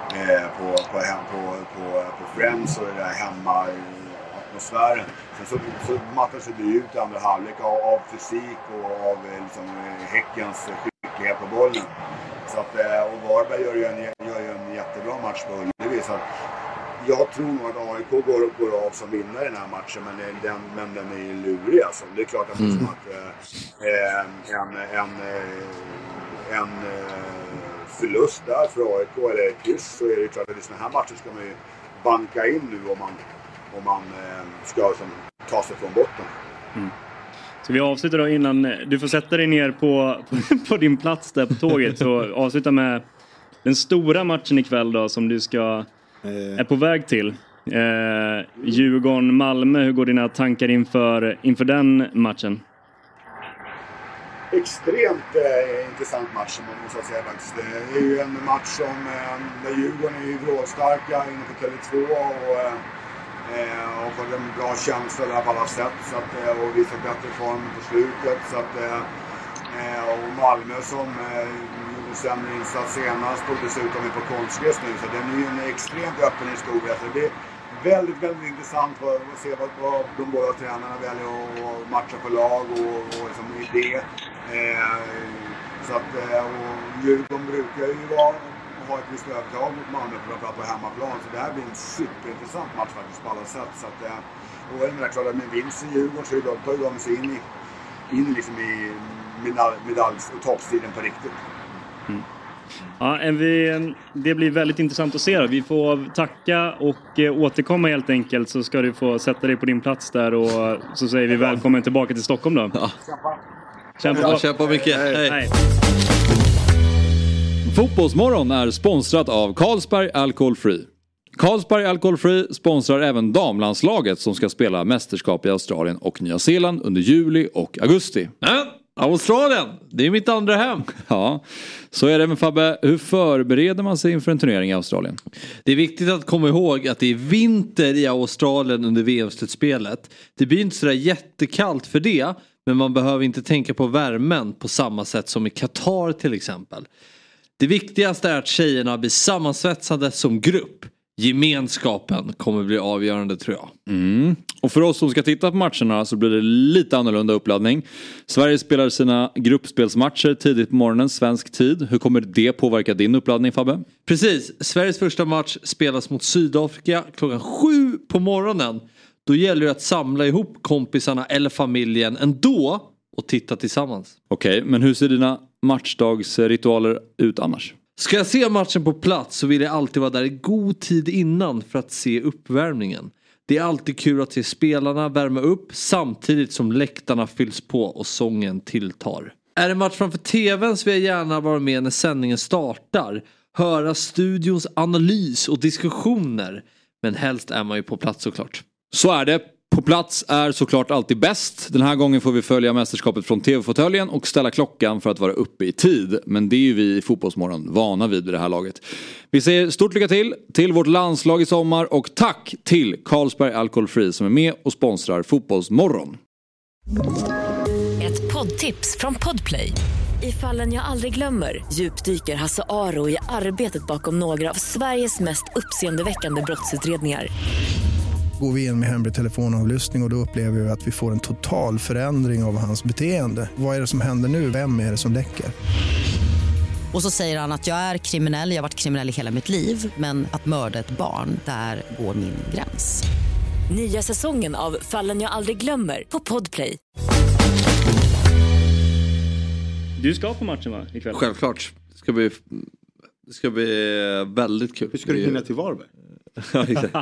Friends och det där hemma atmosfären. Sen så mattade sig det ut i andra halvlek av fysik och av liksom Häckens skicklighet på bollen. Så att, och Varberg gör ju en jättebra match på Ullevi. Så att jag tror nog att AIK går av som vinnare i den här matchen, men den är ju lurig alltså. Det är klart att det är som att en förlust där för AIK eller ett kryss, så är det klart att i såna här matcher ska man ju banka in nu om man ska ta sig från botten. Mm. Så vi avslutar då innan du får sätta dig ner på din plats där på tåget, så avsluta med den stora matchen ikväll då som du är på väg till. Djurgården-Malmö, hur går dina tankar inför den matchen? Extremt intressant match som man måste säga faktiskt. Det är ju en match som där Djurgården är ju brådstarka inne på Tele2 och har en bra känsla på alla sätt så att, och visar bättre form på slutet så att, och Malmö som gjorde sämre insats senast och dessutom är på konstgräs nu, så den är ju en extremt öppen historia, så det är väldigt, väldigt intressant att se vad de båda tränarna väljer att matcha på lag och liksom idé. Så att, och Djurgården brukar ju ha ett visst övertag mot Malmö på hemmaplan, så det här blir en superintressant match faktiskt på alla sätt. Så att, och det är klart att med vinst i Djurgården så tar de sig in liksom i medalj- och toppstriden på riktigt. Mm. Ja, det blir väldigt intressant att se då. Vi får tacka och återkomma helt enkelt, så ska du få sätta dig på din plats där och så säger vi välkommen tillbaka till Stockholm då. Ja. Kämpa mycket. Hej. Fotbollsmorgon är sponsrat av Carlsberg Alcohol Free. Carlsberg Alcohol Free sponsrar även damlandslaget som ska spela mästerskap i Australien och Nya Zeeland under juli och augusti. Australien, det är mitt andra hem. Ja, så är det med Fabbe. Hur förbereder man sig inför en turnering i Australien? Det är viktigt att komma ihåg att det är vinter i Australien under VM-slutspelet. Det blir inte sådär jättekallt för det, men man behöver inte tänka på värmen på samma sätt som i Qatar till exempel. Det viktigaste är att tjejerna blir sammansvetsade som grupp. Gemenskapen kommer bli avgörande, tror jag. Och för oss som ska titta på matcherna så blir det lite annorlunda uppladdning. Sverige spelar sina gruppspelsmatcher tidigt på morgonen, svensk tid. Hur kommer det påverka din uppladdning, Fabbe? Precis, Sveriges första match spelas mot Sydafrika klockan 7 på morgonen. Då gäller det att samla ihop kompisarna eller familjen ändå och titta tillsammans. Okej, men hur ser dina matchdagsritualer ut annars? Ska jag se matchen på plats så vill jag alltid vara där i god tid innan för att se uppvärmningen. Det är alltid kul att se spelarna värma upp samtidigt som läktarna fylls på och sången tilltar. Är det match framför tvn så vill jag gärna vara med när sändningen startar. Höra studions analys och diskussioner. Men helst är man ju på plats såklart. Så är det. På plats är såklart alltid bäst. Den här gången får vi följa mästerskapet från tv-fåtöljen och ställa klockan för att vara uppe i tid. Men det är ju vi i Fotbollsmorgon vana vid det här laget. Vi säger stort lycka till vårt landslag i sommar och tack till Carlsberg Alcohol Free som är med och sponsrar Fotbollsmorgon. Ett poddtips från Podplay. I Fallen jag aldrig glömmer djupdyker Hasse Aro i arbetet bakom några av Sveriges mest uppseendeväckande brottsutredningar. Går vi in med hemlig telefonavlyssning och då upplever vi att vi får en total förändring av hans beteende. Vad är det som händer nu? Vem är det som läcker? Och så säger han att jag är kriminell, jag har varit kriminell i hela mitt liv. Men att mörda ett barn, där går min gräns. Nya säsongen av Fallen jag aldrig glömmer på Podplay. Du ska på matchen, va, ikväll? Självklart. Det ska bli väldigt kul. Hur ska du hinna till Varberg? Ja, exakt.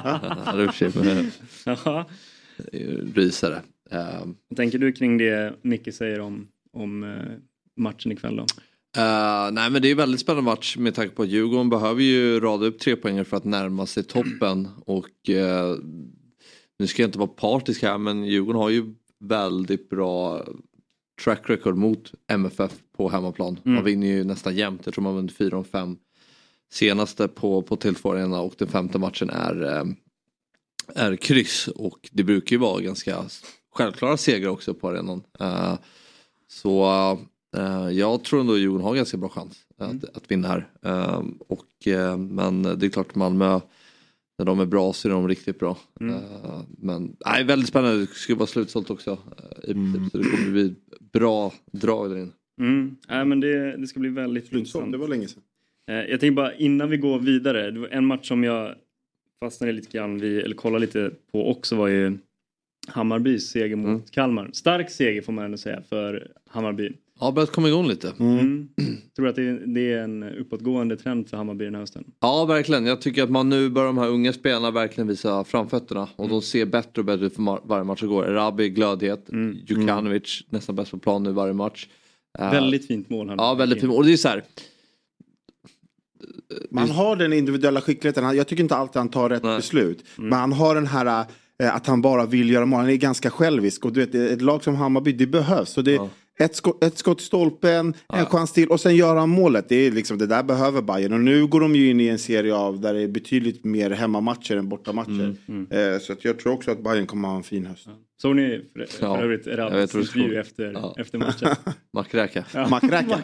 Rysare. Vad tänker du kring det Micke säger om matchen ikväll då? Nej, men det är en väldigt spännande match med tanke på att Djurgården behöver ju rada upp 3 poäng för att närma sig toppen. Och nu ska jag inte vara partisk här, men Djurgården har ju väldigt bra track record mot MFF på hemmaplan. Man vinner ju nästan jämnt. Jag tror man vunnit 4-5 senaste på Tele2 Arena och den 5:e matchen är kryss. Och det brukar ju vara ganska självklara segrar också på arenan. Så jag tror ändå att Djurgården har ganska bra chans att vinna här. Men det är klart Malmö, när de är bra så är de riktigt bra. Men väldigt spännande. Det ska vara slutsålt också. Så det kommer bli bra drag där inne. Men det ska bli väldigt slutsålt. Det var länge sedan. Jag tänker bara innan vi går vidare. Det var en match som jag fastnade lite grann eller kollade lite på också, var ju Hammarbys seger mot Kalmar. Stark seger får man ändå säga för Hammarby. Ja, börjat komma igång lite. Tror att det är en uppåtgående trend för Hammarby den här hösten? Ja, verkligen. Jag tycker att man nu bör de här unga spelarna verkligen visa framfötterna. Och de ser bättre och bättre ut för varje match som går. Rabi, glödhet. Djukanovic, nästan bäst på plan nu varje match. Väldigt fint mål. Ja, väldigt fint mål. Och det är så här. Man har den individuella skickligheten. Jag tycker inte alltid han tar rätt beslut. Men han har den här att han bara vill göra mål. Han är ganska självisk. Och du vet, ett lag som Hammarby, det behövs. Så det ett skott i stolpen, en chans till och sen gör han målet. Det är liksom, det där behöver Bayern. Och nu går de ju in i en serie av där det är betydligt mer hemmamatcher än bortamatcher. Så att jag tror också att Bayern kommer ha en fin höst. Såg ni för övrigt Rabs intervju efter matchen? Makräka. Makräka.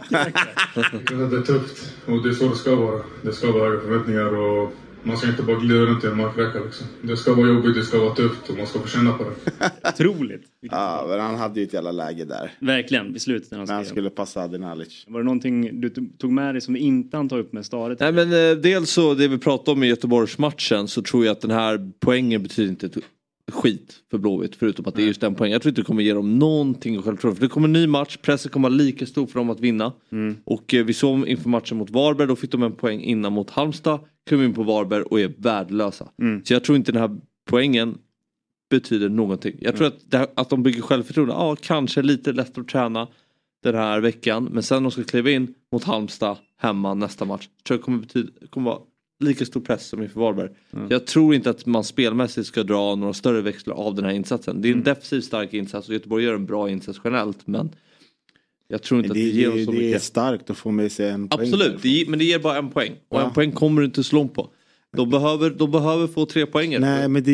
Det är tufft och det är så det ska vara. Det ska vara höga förväntningar och man ska inte bara glida runt i en markräka liksom. Det ska vara jobbigt, det ska vara tufft och man ska få känna på det. Otroligt. Ja, men han hade ju ett jävla läge där. Verkligen, i slutet när han skulle passa Adinalic. Var det någonting du tog med dig som inte han tar upp med Staret? Nej, men dels så det vi pratade om i Göteborgsmatchen, så tror jag att den här poängen betyder inte skit för Blåvitt, förutom att det är just den poängen. Jag tror inte det kommer ge dem någonting självklart. För det kommer en ny match, pressen kommer vara lika stor för dem att vinna. Och vi såg inför matchen mot Varberg, då fick de en poäng innan mot Halmstad, kom in på Varberg och är värdelösa. Så jag tror inte den här poängen betyder någonting. Jag tror att de bygger självförtroende. Kanske lite lätt att träna den här veckan, men sen de ska kliva in mot Halmstad hemma nästa match, tror jag kommer vara lika stor press som inför Varberg. Jag tror inte att man spelmässigt ska dra några större växlar av den här insatsen. Det är en defensivt stark insats och Göteborg gör en bra insats generellt, men jag tror inte att det ger oss så mycket. Det är starkt att få med sig en poäng. Absolut, men det ger bara en poäng. Och en poäng kommer du inte slå om på. De behöver få 3 poäng. Nej, men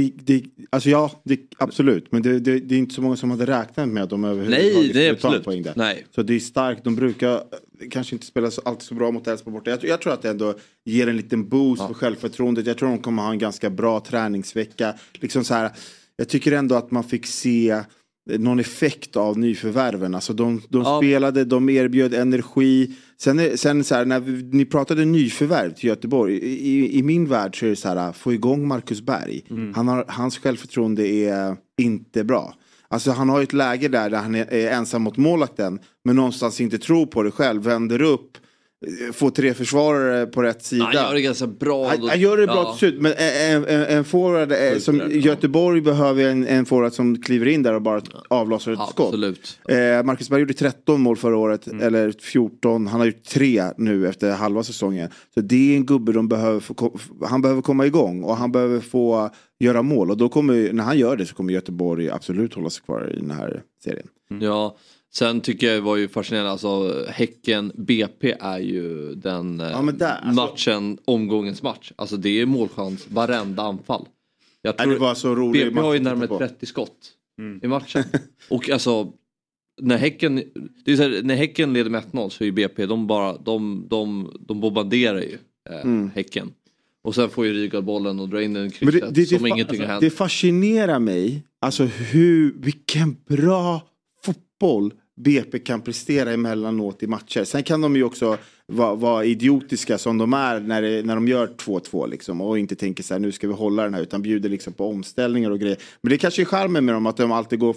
absolut. Men det är inte så många som hade räknat med att de överhuvudtaget skulle ta en poäng där. Nej. Så det är starkt. De brukar kanske inte spela alltid så bra mot Elfsborg borta. Jag tror att det ändå ger en liten boost för självförtroendet. Jag tror de kommer ha en ganska bra träningsvecka. Liksom så här, jag tycker ändå att man fick se någon effekt av nyförvärven. Alltså de spelade, de erbjöd energi. Sen så här, när ni pratade nyförvärv till Göteborg, i min värld så är det så här, få igång Marcus Berg. Hans självförtroende är inte bra. Alltså han har ett läge där han är ensam mot målakten, men någonstans inte tror på det själv, vänder upp, få 3 försvarare på rätt sida. Han gör det ganska bra. Han gör det bra till slut. Men en forward som Göteborg behöver en forward som kliver in där och bara avlossar ett skott. Absolut. Marcus Berg gjorde 13 mål förra året. Eller 14. Han har gjort 3 nu efter halva säsongen. Så det är en gubbe han behöver komma igång. Och han behöver få göra mål. Och då när han gör det så kommer Göteborg absolut hålla sig kvar i den här serien. Ja. Sen tycker jag det var ju fascinerande, alltså Häcken BP är ju den matchen, omgångens match. Alltså det är målchans varenda anfall. Jag tror det var så roligt. BP har ju närmare 30 skott i matchen. Och alltså när Häcken leder med 1-0 så är ju BP, de bombarderar ju Häcken. Och sen får ju Rygaard bollen och drar in den krysset som ingenting har hänt. Det fascinerar mig, alltså vilken bra fotboll BP kan prestera emellanåt i matcher. Sen kan de ju också vara idiotiska som de är när de gör 2-2 liksom, och inte tänker så här, nu ska vi hålla den här, utan bjuder liksom på omställningar och grejer. Men det kanske är charmen med dem att de alltid går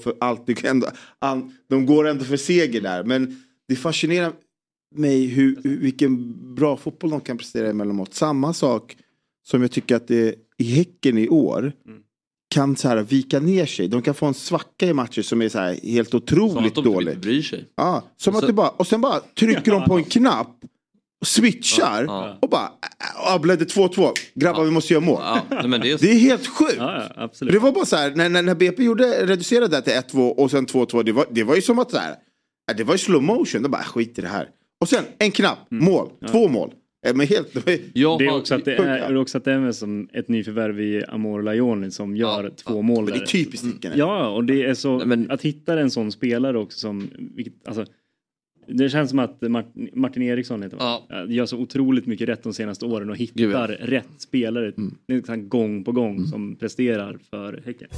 de går ändå för seger där. Men det fascinerar mig vilken bra fotboll de kan prestera emellanåt. Samma sak som jag tycker att det i Häcken i år kan så här vika ner sig. De kan få en svacka i matcher som är så här helt otroligt dålig. Inte bryr sig. Ja, som att det bara, och sen bara trycker de på en knapp och switchar och bara blev det 2-2. Grabbar, vi måste göra mål. Men det är helt sjukt. Ja, absolut. Det var bara så här när BP reducerade det till 1-2 och sen 2-2, det var ju som att så här, det var ju slow motion. De bara skit i det här. Och sen en knapp, mål, 2 mål. Men helt, det är också att det är som ett nyförvärv i Amor Lajoni som gör 2 mål. Men det är typiskt Häcken. Ja, och det är så att hitta en sån spelare också som alltså, det känns som att Martin Eriksson gör så otroligt mycket rätt de senaste åren och hittar rätt spelare gång på gång som presterar för Häcken.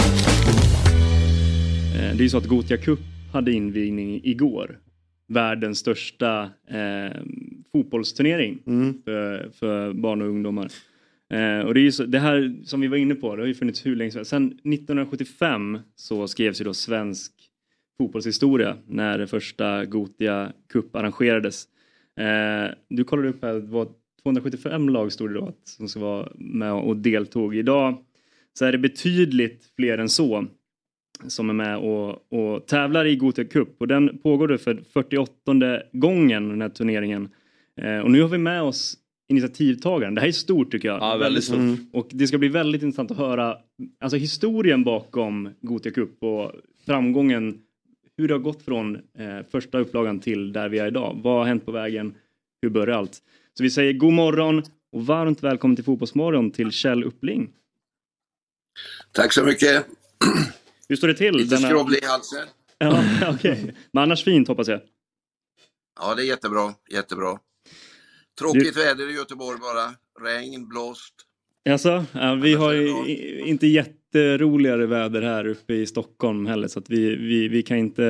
Det är ju så att Gothia Cup hade invigning igår. Världens största fotbollsturnering för barn och ungdomar. Och det är ju så, det här som vi var inne på, det har ju funnits hur länge sedan. Sen 1975 så skrevs ju då svensk fotbollshistoria när det första Gothia Cup arrangerades. Du kollade upp här, det var 275 lag stod det då som ska vara med och deltog. Idag så är det betydligt fler än så som är med och tävlar i Gothia Cup. Och den pågår då för 48:e gången den här turneringen. Och nu har vi med oss initiativtagaren. Det här är stort tycker jag. Ja, väldigt stort. Och det ska bli väldigt intressant att höra alltså historien bakom Gothia Cup och framgången. Hur det har gått från första upplagan till där vi är idag. Vad har hänt på vägen? Hur börjar allt? Så vi säger god morgon och varmt välkommen till Fotbollsmorgon till Kjell Uppling. Tack så mycket. Hur står det till? Lite skrovlig i halsen. Ja, okej. Men annars fint hoppas jag. Ja, det är jättebra. Jättebra. Tråkigt väder i Göteborg bara. Regn, blåst. Alltså, vi har ju inte jätteroligare väder här uppe i Stockholm heller. Så att vi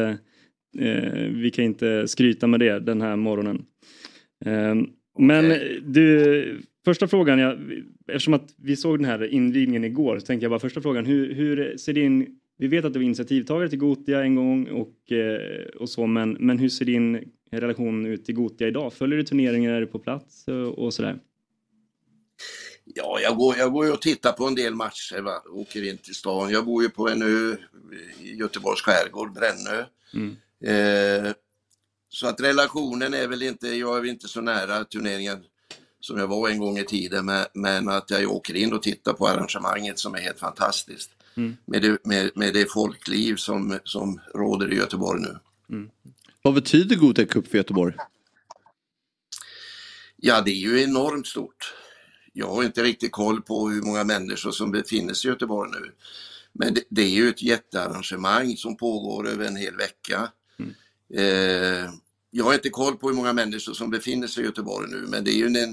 kan inte skryta med det den här morgonen. Men du, första frågan, eftersom att vi såg den här invigningen igår så tänker jag bara första frågan. Hur ser din... Vi vet att du var initiativtagare till Gothia en gång och så, men hur ser din relation ut till Gothia idag? Följer du turneringar på plats och sådär? Ja, jag går ju och tittar på en del matcher, va? Åker in till stan. Jag bor ju på en ö i Göteborgs skärgård, Brännö. Så att relationen är väl inte, jag är väl inte så nära turneringen som jag var en gång i tiden, men att jag åker in och tittar på arrangemanget som är helt fantastiskt. Med det folkliv som råder i Göteborg nu. Vad betyder Gothia Cup för Göteborg? Ja, det är ju enormt stort. Jag har inte riktigt koll på hur många människor som befinner sig i Göteborg nu. Men det är ju ett jättearrangemang som pågår över en hel vecka. Jag har inte koll på hur många människor som befinner sig i Göteborg nu, men det är ju en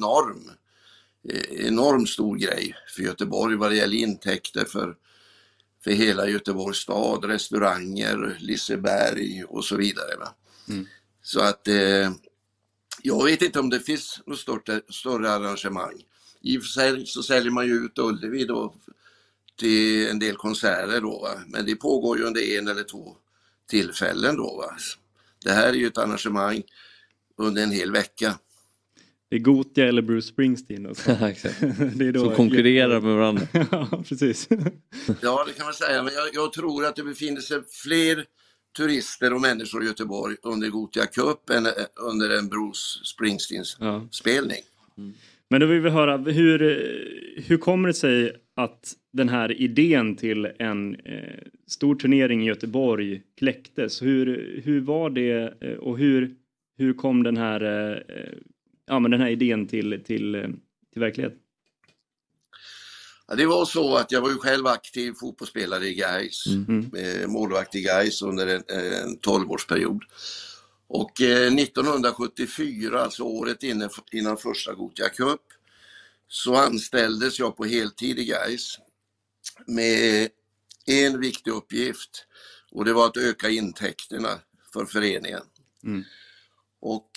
enorm stor grej för Göteborg vad det gäller intäkter för hela Göteborgs stad, restauranger, Liseberg och så vidare. Va? Så att jag vet inte om det finns något större arrangemang. I och för sig så säljer man ju ut Ullevi då till en del konserter då, va? Men det pågår ju under 1 eller 2 tillfällen då. Va? Det här är ju ett arrangemang under en hel vecka. Det är Gothia eller Bruce Springsteen. Och så. Det är då som konkurrerar med varandra. Ja, precis. Ja, det kan man säga. Men jag tror att det befinner sig fler turister och människor i Göteborg under Gothia Cup än under en Bruce Springsteens spelning. Men då vill vi höra, hur kommer det sig att den här idén till en stor turnering i Göteborg kläcktes? Hur var det och hur kom den här, den här idén till verklighet? Ja, det var så att jag var ju själv aktiv fotbollsspelare i Gais, målvakt i Gais under en 12-årsperiod. Och 1974, alltså året innan första Gothia Cup, så anställdes jag på heltid i Gais med en viktig uppgift, och det var att öka intäkterna för föreningen. Och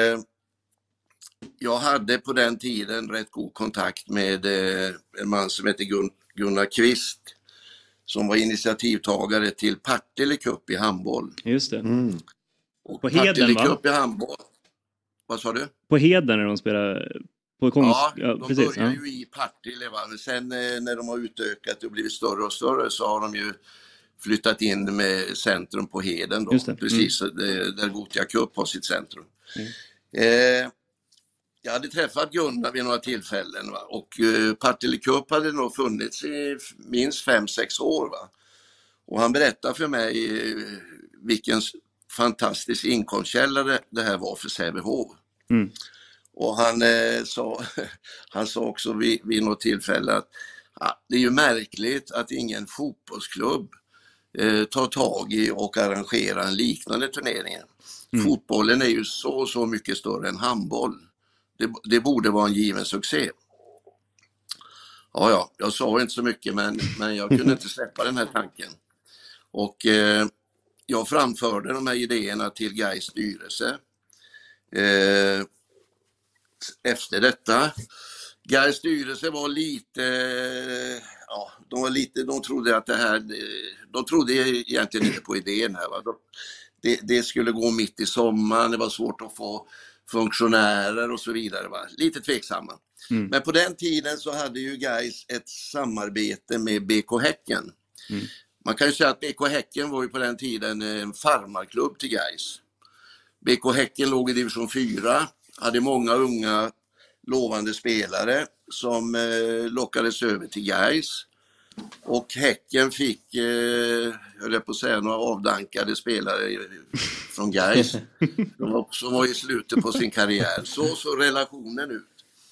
jag hade på den tiden rätt god kontakt med en man som heter Gunnar Kvist, som var initiativtagare till Partille Cup i handboll. Just det. Och på Heden, va? Cup i handboll. Vad sa du? På Heden när de spelar på de precis, börjar ju i Partille, va? Men sen när de har utökat och blivit större och större så har de ju flyttat in med centrum på Heden då. Precis där Gothia Cup har sitt centrum. Jag hade träffat Gunnar vid några tillfällen, va? Och Partille Cup hade nog funnits i minst 5-6 år, va? Och han berättade för mig vilken fantastisk inkomstkälla det här var för Sävehof. Och han sa också vid något tillfälle att det är ju märkligt att ingen fotbollsklubb tar tag i och arrangerar en liknande turnering. Fotbollen är ju så mycket större än handboll. Det borde vara en given succé. Ja, jag sa inte så mycket, men jag kunde inte släppa den här tanken. Och jag framförde de här idéerna till Gais styrelse. Efter detta, Gais styrelse var de trodde att det här, de trodde egentligen inte på idén här, va? Det skulle gå mitt i sommaren, det var svårt att få funktionärer och så vidare, va? Lite tveksamma. Men på den tiden så hade ju Gais ett samarbete med BK Häcken. Man kan ju säga att BK Häcken var ju på den tiden en farmarklubb till Gais. BK Häcken låg i division 4, hade många unga lovande spelare som lockades över till Gais. Och Häcken fick, några avdankade spelare från Gais som var i slutet på sin karriär. Så relationen ut.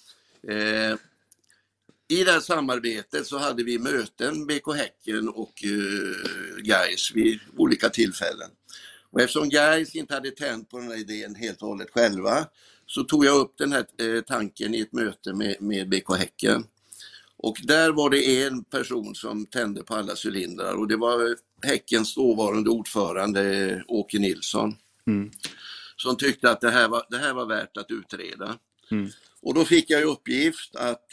I det här samarbetet så hade vi möten BK Häcken och Gais vid olika tillfällen. Och eftersom Gais inte hade tänt på den här idén helt och hållet själva, så tog jag upp den här tanken i ett möte med BK Häcken. Och där var det en person som tände på alla cylindrar, och det var Häckens dåvarande ordförande Åke Nilsson. Som tyckte att det här var värt att utreda. Och då fick jag i uppgift att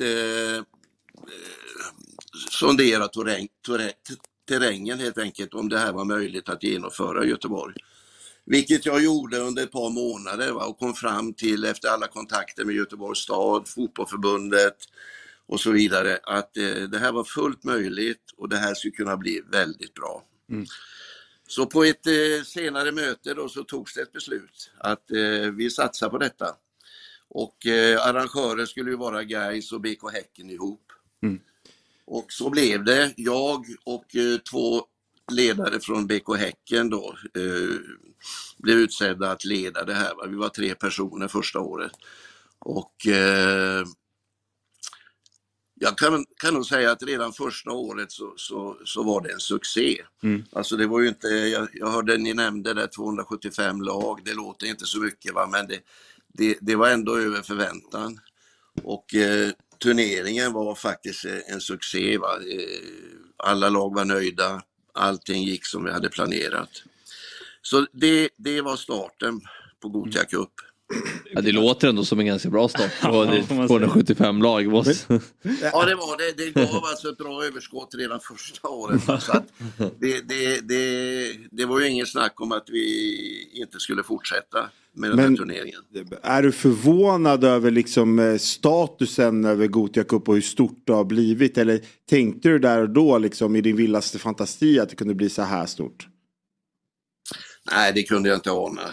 sondera terrängen helt enkelt, om det här var möjligt att genomföra i Göteborg. Vilket jag gjorde under ett par månader, va? Och kom fram till, efter alla kontakter med Göteborgs stad, fotbollförbundet och så vidare, att det här var fullt möjligt och det här skulle kunna bli väldigt bra. Så på ett senare möte då så togs det ett beslut att vi satsar på detta. Och arrangörer skulle ju vara Gais och BK Häcken ihop. Och så blev det. Jag och 2 ledare från BK Häcken då blev utsedda att leda det här. Vi var 3 personer första året. Och jag kan nog säga att redan första året så var det en succé. Alltså det var ju inte, jag hörde ni nämnde det, 275 lag, det låter inte så mycket, va? Men det var ändå över förväntan. Och turneringen var faktiskt en succé, va? Alla lag var nöjda, allting gick som vi hade planerat. Så det var starten på Gothia Cup. Ja, det låter ändå som en ganska bra start på 275 lag. Ja, det var det. Det gav alltså ett bra överskott redan första året. Så att det var ju ingen snack om att vi inte skulle fortsätta med den här turneringen. Är du förvånad över liksom statusen över Gothia Cup och hur stort det har blivit? Eller tänkte du där och då liksom i din villaste fantasi att det kunde bli så här stort? Nej, det kunde jag inte ana.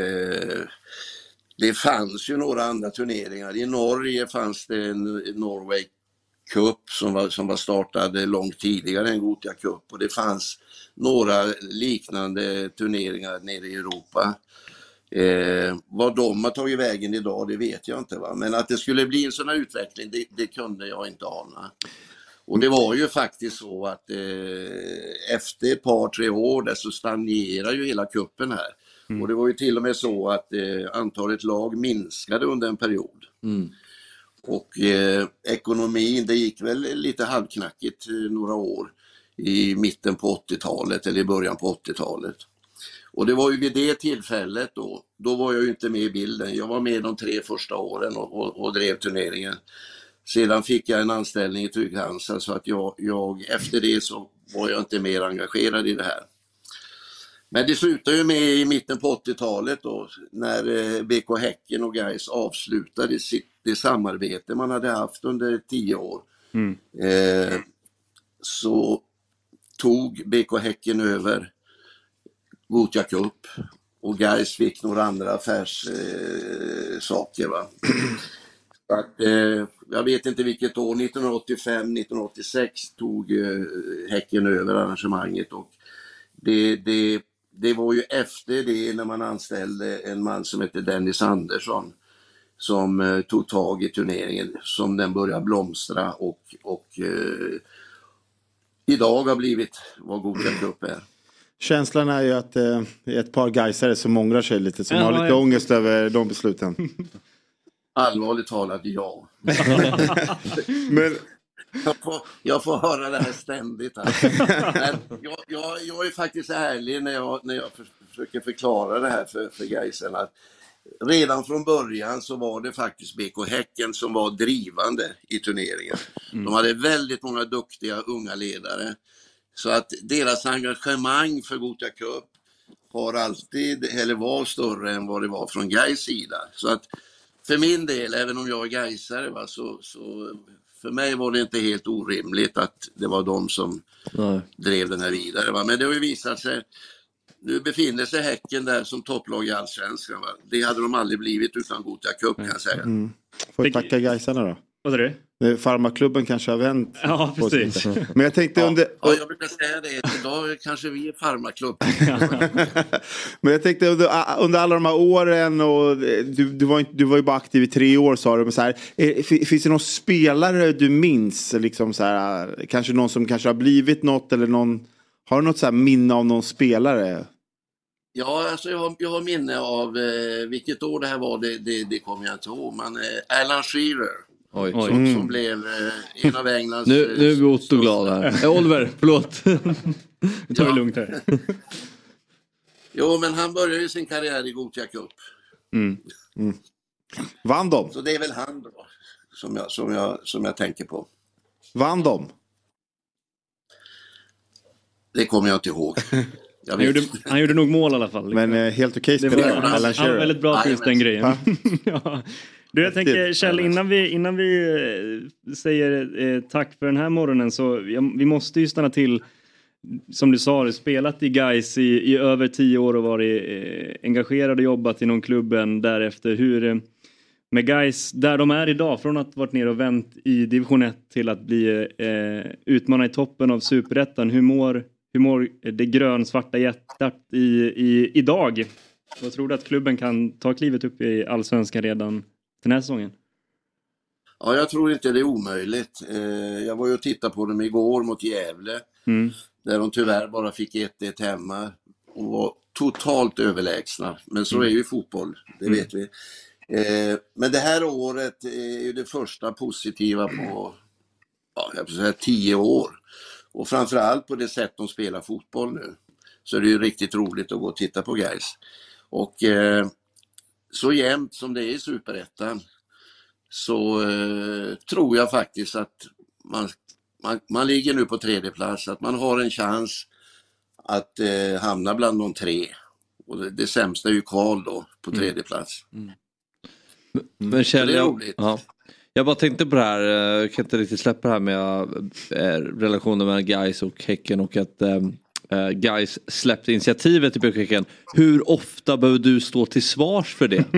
Det fanns ju några andra turneringar. I Norge fanns det en Norway Cup som var startad långt tidigare än Gothia Cup. Och det fanns några liknande turneringar nere i Europa. Vad de har tagit vägen idag, det vet jag inte. Va? Men att det skulle bli en sån här utveckling, det kunde jag inte ana. Och det var ju faktiskt så att efter ett par, 3 år där så stagnerar ju hela kuppen här. Och det var ju till och med så att antalet lag minskade under en period. Och ekonomin, det gick väl lite halvknackigt några år i mitten på 80-talet eller i början på 80-talet. Och det var ju vid det tillfället då var jag ju inte med i bilden. Jag var med de 3 första åren och drev turneringen. Sedan fick jag en anställning i Trygg-Hansa så att jag efter det så var jag inte mer engagerad i det här. Men det slutade ju med i mitten på 80-talet då, när BK Häcken och Gais avslutade det samarbete man hade haft under 10 år. Så tog BK Häcken över Gothia Cup och Gais fick några andra affärssaker. Va? Att, jag vet inte vilket år, 1985-1986 tog Häcken över arrangemanget och det var ju efter det när man anställde en man som heter Dennis Andersson som tog tag i turneringen som den började blomstra och idag har blivit vad Gothia Cup är. Känslan är ju att det är ett par gaisare som ångrar sig lite, som har lite ångest över de besluten. Allvarligt talat, ja. Men jag får höra det här ständigt. Här. Men jag är faktiskt ärlig när jag försöker förklara det här för Gaisen. Att redan från början så var det faktiskt BK Häcken som var drivande i turneringen. De hade väldigt många duktiga unga ledare. Så att deras engagemang för Gothia Cup har alltid, eller var större än vad det var från Gais sida. Så att för min del, även om jag är gaisare, va, så för mig var det inte helt orimligt att det var de som drev den här vidare. Va. Men det har ju visat sig, nu befinner sig Häcken där som topplag i Allsvenskan. Va. Det hade de aldrig blivit utan Gothia Cup kan jag säga. Får tacka gaisarna då. Vad är det? Farmaklubben kanske har vänt. Ja, precis. Men jag tänkte jag brukar säga det. Idag kanske vi är farmaklubben. Men jag tänkte under alla de här åren och du var ju bara aktiv i 3 år sa du. Men så här, finns det någon spelare du minns? Liksom så här, kanske någon som kanske har blivit något eller någon. Har du något så här minne av någon spelare? Ja, alltså jag har minne av vilket år det här var. Det kommer jag inte ihåg. Men Alan Shearer. Som blev en av Englands... Nu är Otto glad här. Oliver, förlåt. Vi tar det lugnt här. Jo, men han började ju sin karriär i Gothia Cup. Vann de? Så det är väl han då som jag tänker på. Vann de? Det kommer jag inte ihåg. Han gjorde nog mål i alla fall. Liksom. Men helt okej spelare. Han var väldigt bra på just den grejen. Ja. Du, jag tänker Kjell, innan vi säger tack för den här morgonen så vi måste ju stanna till, som du sa, du spelat i Gais i över 10 år och varit engagerad och jobbat inom klubben därefter. Hur med Gais, där de är idag, från att varit ner och vänt i division 1 till att bli utmanare i toppen av Superettan, hur mår det grön-svarta hjärtat idag? Vad tror du att klubben kan ta klivet upp i Allsvenskan redan den här säsongen? Ja, jag tror inte det är omöjligt. Jag var ju och tittade på dem igår mot Gävle. Där de tyvärr bara fick 1-1 hemma. Och var totalt överlägsna. Men så är ju fotboll, det vet vi. Men det här året är ju det första positiva på 10 år. Och framförallt på det sätt de spelar fotboll nu. Så är det ju riktigt roligt att gå och titta på Gais. Och så jämnt som det är i Superettan så tror jag faktiskt att man ligger nu på 3:e plats, att man har en chans att hamna bland de 3. Och det sämsta är ju kval då på 3:e plats. Men Kjell, det är roligt. Ja. Jag bara tänkte på det här, jag kan inte riktigt släppa det här med relationen mellan Gais och Häcken och att Gais släppte initiativet till BK Häcken. Hur ofta behöver du stå till svars för det?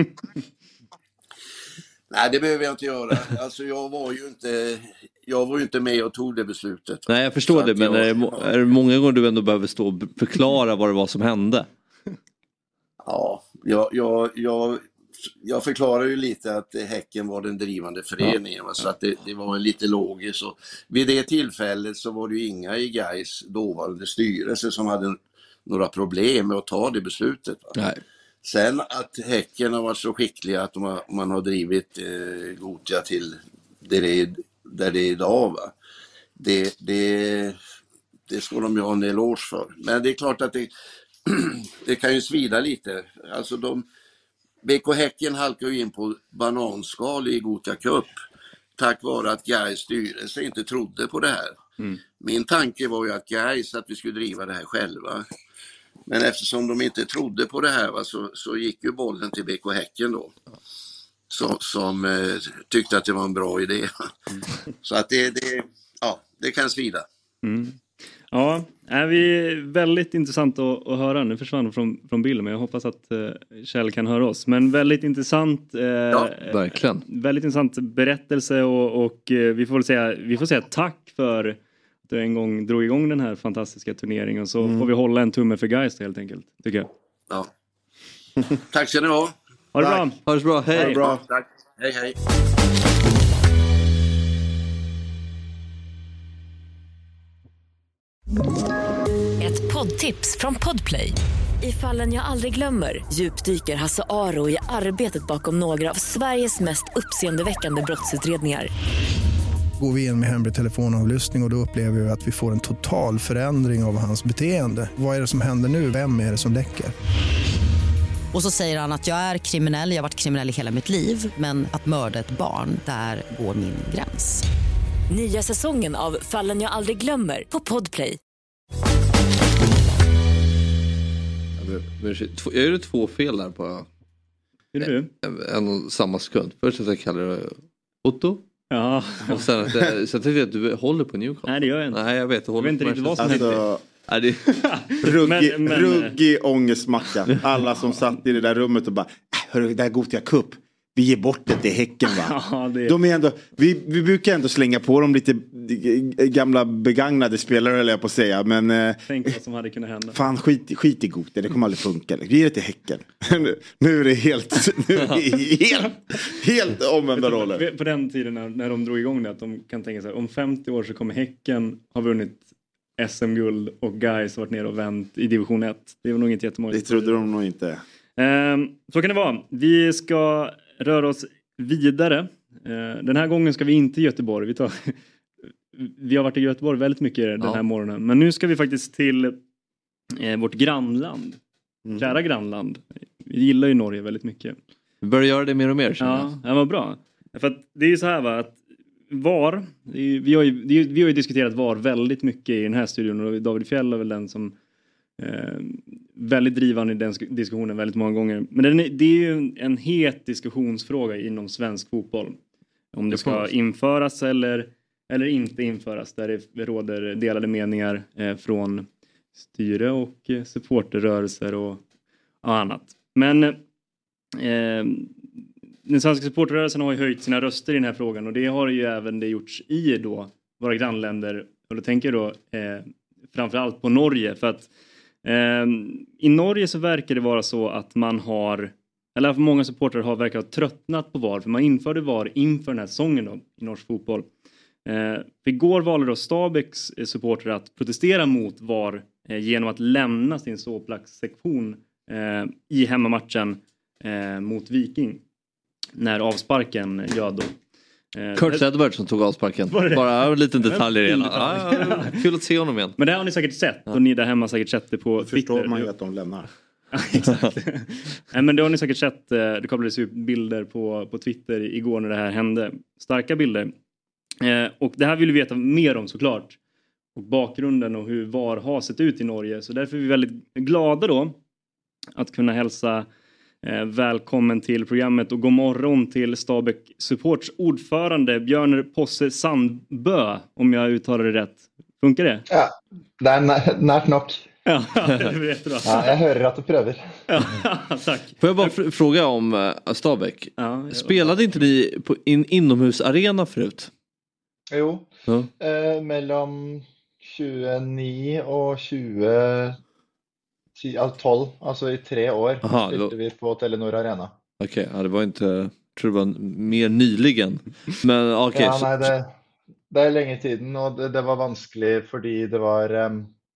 Nej, det behöver jag inte göra. Alltså jag var ju inte med och tog det beslutet. Nej, jag förstår det, men är det många gånger du ändå behöver stå och förklara vad det var som hände? Ja, jag förklarar ju lite att Häcken var den drivande föreningen, så att det var lite logiskt. Och vid det tillfället så var det ju inga i Gais dåvarande styrelse som hade några problem med att ta det beslutet. Nej. Sen att Häcken har varit så skickliga att man har drivit Gothia till där det är idag. Va? Det ska de ju ha en eloge för. Men det är klart att det kan ju svida lite. Alltså BK Häcken halkar ju in på bananskal i Gothia Cup tack vare att Gais styrelse inte trodde på det här. Min tanke var ju att Gais, att vi skulle driva det här själva. Men eftersom de inte trodde på det här, så gick ju bollen till BK Häcken då. Som tyckte att det var en bra idé. Så att det kan svida. Ja, är vi väldigt intressant att höra. Nu försvann från bilden, men jag hoppas att Kjell kan höra oss. Men väldigt intressant. Verkligen. Väldigt intressant berättelse och vi får säga tack för att du en gång drog igång den här fantastiska turneringen. Och så får vi hålla en tumme för Gais helt enkelt, tycker jag. Ja. Tack ska ni ha. Ha det bra. Ha det bra. Hej. Ha det bra. Tack. Hej. Ett poddtips från Podplay. I Fallen jag aldrig glömmer djupdyker Hasse Aro i arbetet bakom några av Sveriges mest uppseendeväckande brottsutredningar. Går vi in med hemlig telefonavlyssning och då upplever vi att vi får en total förändring av hans beteende. Vad är det som händer nu? Vem är det som läcker? Och så säger han att jag är kriminell, jag har varit kriminell i hela mitt liv. Men att mörda ett barn, där går min gräns. Nya säsongen av Fallen jag aldrig glömmer på Podplay. Jag gjorde 2 fel där på en och samma sekund. Först att jag kallar det Otto. Ja. Och sen att så tyckte jag att du håller på Newcastle. Nej, det gör jag inte. Nej, jag vet. Jag vet inte riktigt vad som händer. Ruggig ångestmacka. Alla som satt i det där rummet och bara, hörru, det här Gothia Cup. Vi ger bort det till Häcken, va? Ja, de är ändå, vi brukar ändå slänga på dem lite gamla begagnade spelare, eller jag på att säga. Men tänk vad som hade kunnat hända. Fan, skit i Gothia, det kommer aldrig funka. Vi ger det till Häcken. nu är det helt omvända roller. På den tiden när de drog igång det, att de kan tänka sig om 50 år så kommer Häcken ha vunnit SM-guld och Gais varit ner och vänt i division 1. Det var nog inte jättemånga. Det trodde de nog inte. Så kan det vara. Vi ska röra oss vidare. Den här gången ska vi inte till Göteborg. Vi har varit i Göteborg väldigt mycket den här morgonen. Men nu ska vi faktiskt till vårt grannland. Kära grannland. Vi gillar ju Norge väldigt mycket. Vi börjar göra det mer och mer. Ja, det var bra. För att det är ju så här, va, att VAR, vi har ju diskuterat VAR väldigt mycket i den här studion. Och David Fjell är väl den som väldigt drivande i den diskussionen väldigt många gånger. Men det är ju en het diskussionsfråga inom svensk fotboll. Om det ska införas eller inte införas. Där det råder delade meningar från styre och supporterrörelser och annat. Men den svenska supporterrörelsen har ju höjt sina röster i den här frågan. Och det har ju även det gjorts i då våra grannländer. Och då tänker jag då framförallt på Norge. För att i Norge så verkar det vara så att man har, eller för många supportrar verkar ha tröttnat på VAR. För man införde VAR inför den här säsongen då, i norsk fotboll. För igår valde då Stabæks supportrar att protestera mot VAR genom att lämna sin ståplatssektion i hemmamatchen mot Viking. När avsparken göd då. Kurt Edwards som tog avsparken. Bara en liten detalj i det hela. Kul att se honom igen. Men det har ni säkert sett. Och ni där hemma har säkert sett det på Twitter. Förstår man ju att de lämnar. Exakt. Nej, men det har ni säkert sett. Det kopplades ut bilder på Twitter igår när det här hände. Starka bilder. Och det här vill vi veta mer om såklart. Och bakgrunden och hur VAR har sett ut i Norge. Så därför är vi väldigt glada då att kunna hälsa välkommen till programmet och god morgon till Stabæk Supports ordförande Bjørnar Posse Sandbø, om jag uttalar det rätt. Funkar det? Ja, det är närt nog. Ja, det är jättebra. Ja, jag hör att du prövar. Ja, tack. Får jag bara fråga om Stabæk? Ja, spelade inte ni på inomhusarena förut? Jo, mellan 29 och 12, alltså i 3 år. Aha, spelade vi på Telenor Arena. Okej, ja, det var inte, jag tror det var mer nyligen. Men okej. Ja, nej, det är länge tiden och det var vanskligt fordi det var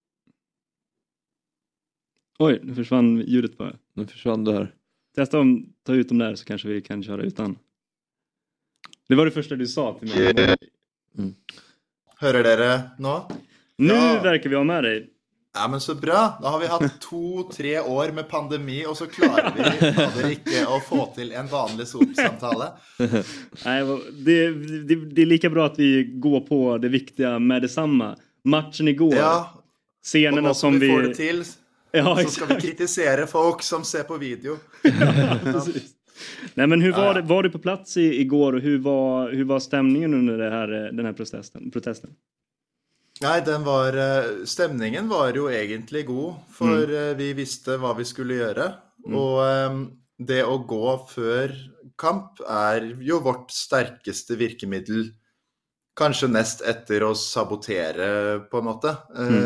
Oj, nu försvann ljudet bara. Nu försvann det här. Testa ta ut dem där så kanske vi kan köra utan. Det var det första du sa till mig. Hör dere nu? Nu verkar vi ha med dig. Ja, men så bra. Då har vi haft 2-3 år med pandemi och så klarar vi inte att få till en vanlig Zoom-samtale. Nej, det är lika bra att vi går på det viktiga med detsamma. Matchen igår. Ja. Scenerna som vi får det till. Ja, så ska vi kritisera folk som ser på video. Ja, nej, men hur var du på plats igår och hur var stämningen under den här protesten? Nej, stämningen var ju egentligen god för vi visste vad vi skulle göra och det att gå för kamp är ju vårt starkaste virkemedel, kanske näst efter att sabotera på något sätt.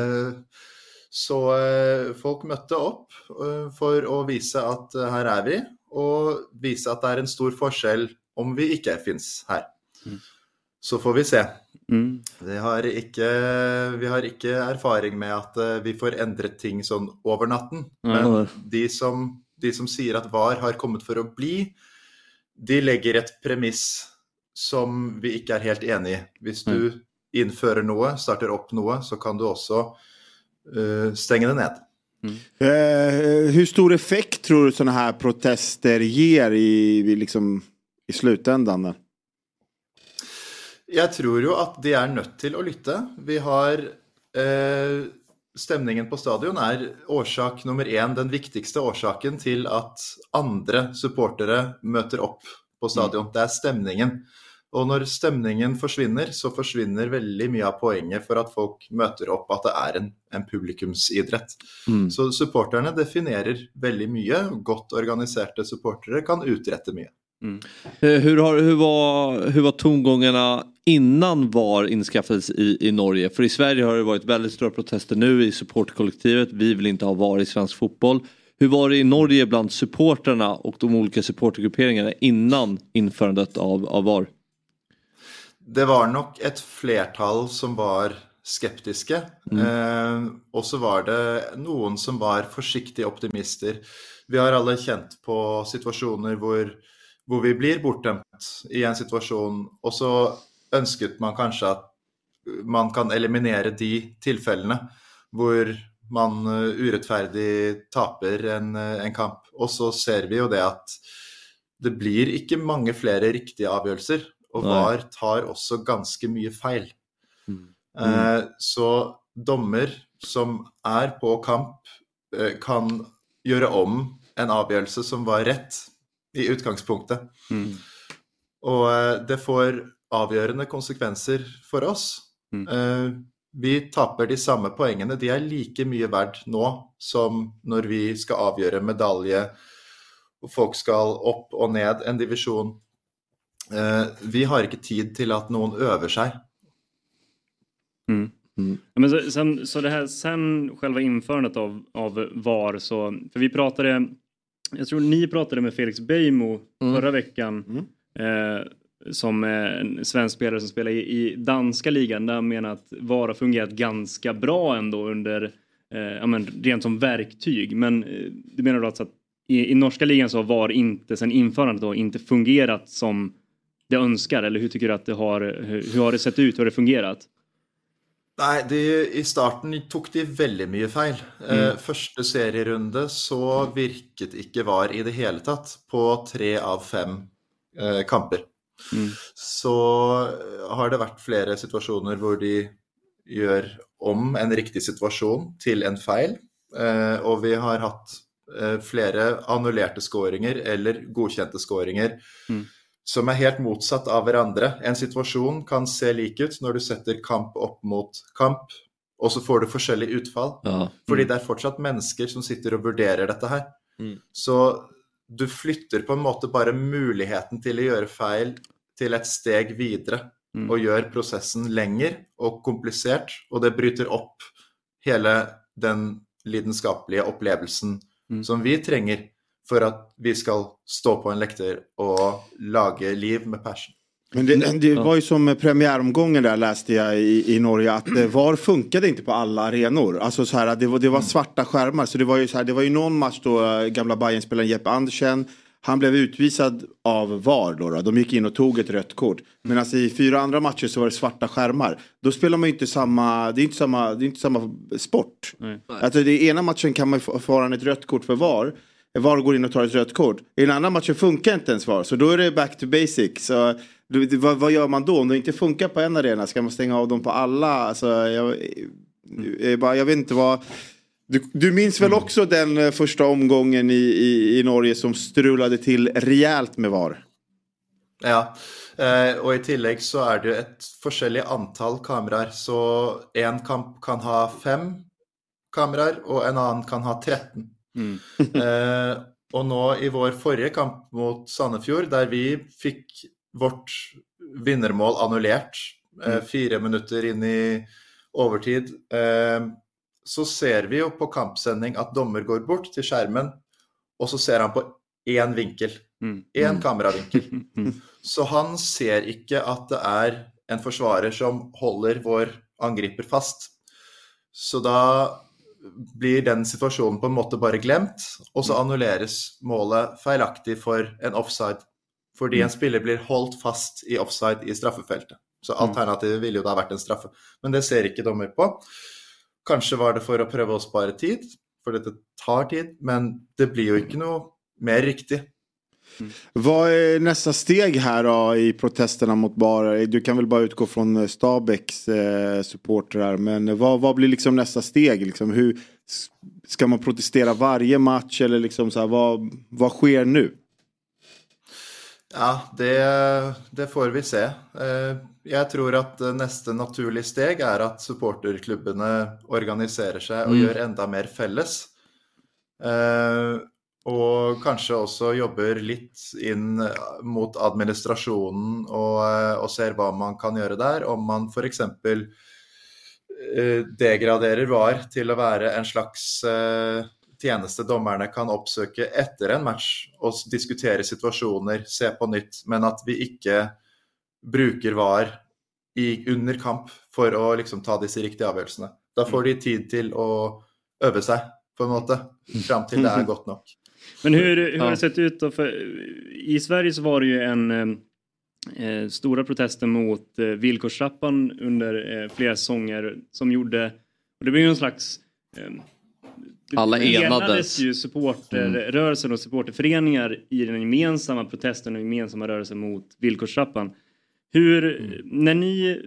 Så folk mötte upp för att visa att här är vi och visa att det är en stor forskjell om vi inte finns här. Så får vi se. Vi har inte erfaring med att vi får ändra ting sån över natten. Men de som säger att VAR har kommit för att bli, de lägger ett premiss som vi inte är helt eniga i. Hvis du inför något, startar upp något, så kan du också stänga det ned. Hur stor effekt tror du såna här protester ger i slutändan? Jag tror ju att de är nött till att lyssna. Vi har stämningen på stadion är orsak nummer 1, den viktigaste orsaken till att andra supportare möter upp på stadion. Det är stämningen. Och när stämningen försvinner så försvinner väldigt mycket av poängen för att folk möter upp att det är en publikumsidrott. Så supporterna definierar väldigt mycket. Gott organiserade supportare kan uträtta mycket. Hur var tongångarna innan VAR inskaffades i Norge? För i Sverige har det varit väldigt stora protester nu i supportkollektivet. Vi vill inte ha VAR i svensk fotboll. Hur var det i Norge bland supporterna och de olika supportergrupperingarna innan införandet av VAR? Det var nog ett flertal som var skeptiska. Och så var det någon som var försiktiga optimister. Vi har alla känt på situationer hvor vi blir bortdömt i en situation och så önsket man kanske att man kan eliminera de tillfällena hvor man urättfärdigt taper en kamp. Och så ser vi ju det att det blir inte många fler riktiga avgörelser och VAR tar också ganska mycket fel. Så dommer som är på kamp kan göra om en avgörelse som var rätt i utgangspunktet. Och det får avgörande konsekvenser för oss. Vi tappar de samma poängerna. De är lika mycket värd nu som när vi ska avgöra medalje och folk ska upp och ned en division. Vi har inte tid till att någon över sig. Men så det här sen själva införandet av VAR, så för vi pratade, jag tror ni pratade med Felix Beijmo förra veckan som en svensk spelare som spelar i danska ligan, där han menar att VAR har fungerat ganska bra ändå under rent som verktyg, men du menar då att i norska ligan så har VAR inte sen införandet då inte fungerat som det önskar, eller hur tycker du att hur har det sett ut, hur har det fungerat? Nej, i starten tok de veldig mye feil. Første serierunde så virket ikke VAR i det hele tatt på 3 av 5 kamper. Så har det vært flere situasjoner hvor de gjør om en riktig situasjon til en feil, og vi har hatt flere annullerte skåringer eller godkjente skåringer som helt motsatt av hverandre. En situasjon kan se lik ut når du setter kamp opp mot kamp, og så får du forskjellig utfall. Fordi det fortsatt mennesker som sitter og vurderer dette her. Så du flytter på en måte bare muligheten til å gjøre feil til et steg videre, og gjør prosessen lenger og komplisert, og det bryter opp hele den lidenskapelige opplevelsen som vi trenger för att vi ska stå på en läktare och laga liv med passion. Men det var ju som premiäromgången där läste jag i Norge att VAR funkade inte på alla arenor. Alltså så här det var svarta skärmar, så det var ju så här, det var ju någon match då gamla Bayern-spelaren Jeppe Andersen, han blev utvisad av VAR då. De gick in och tog ett rött kort. Men alltså i 4 andra matcher så var det svarta skärmar. Då spelar man ju inte samma, det är inte samma sport. Alltså i ena matchen kan man få ett rött kort för VAR. VAR går in och tar ett rött kort. I en annan match funkar inte ens VAR. Så då är det back to basic. Så vad gör man då? Om det inte funkar på en arena, ska man stänga av dem på alla? Alltså, jag vet inte vad... Du minns väl också den första omgången i Norge som strulade till rejält med VAR? Ja, och i tillägg så är det ett forskjellig antal kameror. Så en kamp kan ha 5 kameror och en annan kan ha 13. Och nå i vår förra kamp mot Sandefjord, där vi fick vårt vinnermål annullerat 4 minuter in i övertid, så ser vi ju på kampsändning att dommer går bort till skärmen och så ser han på en vinkel, en kameravinkel. Så han ser inte att det är en försvarare som håller vår angriper fast. Så då blir den situationen på en måte bare glemt, og så annulleres målet feilaktig for en offside, fordi en spiller blir holdt fast i offside i straffefeltet. Så alternativet ville jo da vært en straffe, men det ser ikke dommer på. Kanskje var det for å prøve å spare tid, for dette tar tid, men det blir jo ikke noe mer riktig. Vad är nästa steg här då i protesterna mot VAR? Du kan väl bara utgå från Stabæks supportrar, men vad blir liksom nästa steg? Liksom, hur ska man protestera varje match eller liksom så här, vad sker nu? Ja, det får vi se. Jag tror att nästa naturliga steg är att supporterklubbarna organiserar sig och gör ända mer fälles. Och kanske också jobbar lite in mot administrationen och ser vad man kan göra där. Om man för exempel degraderar VAR till att vara en slags tjänste domarna kan uppsöka efter en match och diskutera situationer, se på nytt, men att vi inte brukar VAR under kamp för att liksom ta dessa riktiga avgörelserna. Då får de tid till att öva sig på en måte fram till det är gott nog. Men hur har det sett ut då? För i Sverige så var det ju en stora protester mot villkorstrappan under flera säsonger som gjorde, och det blev ju någon slags alla enades ju supporterrörelsen och supporterföreningar i den gemensamma protesten och gemensamma rörelsen mot villkorstrappan. Hur när ni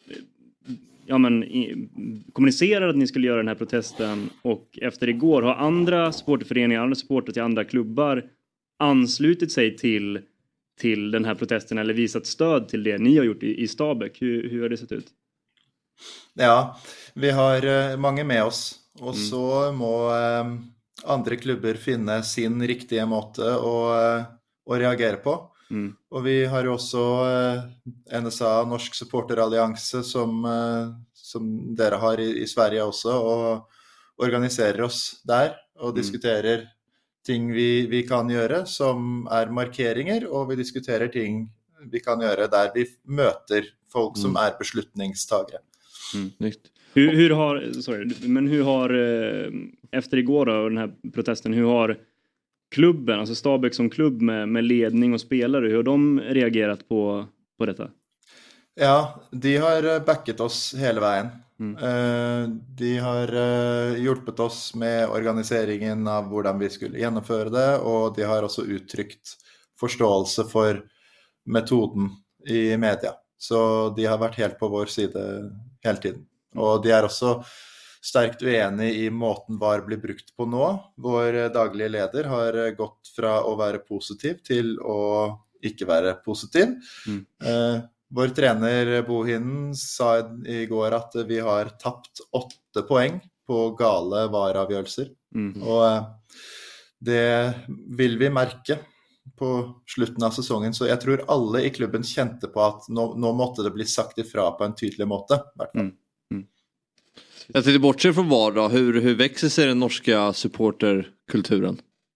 kommunicerade att ni skulle göra den här protesten, och efter igår har andra supporterföreningar, andra supporter till andra klubbar anslutit sig till den här protesten eller visat stöd till det ni har gjort i Stabæk. Hur har det sett ut? Ja, vi har många med oss, och så må andra klubbar finna sin riktiga måte och reagera på. Och vi har ju också NSA, Norsk Supporterallianse, som dere har i Sverige också, och organiserar oss där och diskuterar ting vi kan göra som är markeringar, och vi diskuterar ting vi kan göra där vi möter folk som är beslutningstagare. Hur har efter igår då, den här protesten, hur har klubben, alltså Stabæk som klubb med ledning och spelare, hur har de reagerat på detta? Ja, de har backet oss hela vägen. De har hjulpet oss med organiseringen av hvordan vi skulle genomföra det, och de har också uttryckt förståelse för metoden i media. Så de har varit helt på vår sida hela tiden. Och de är också starkt uenig i måten VAR blir brukt på nå. Vår daglige leder har gått fra å være positiv til å ikke være positiv. Vår trener Bohinen sa i går at vi har tapt 8 poäng på gale VAR-avgjørelser. Og det vil vi merke på slutten av säsongen. Så jag tror alla i klubben kände på att nå måtte det bli sagt ifra på en tydlig måte. Jag tänkte bortse från VAR då. Hur växer sig den norska supporterkulturen?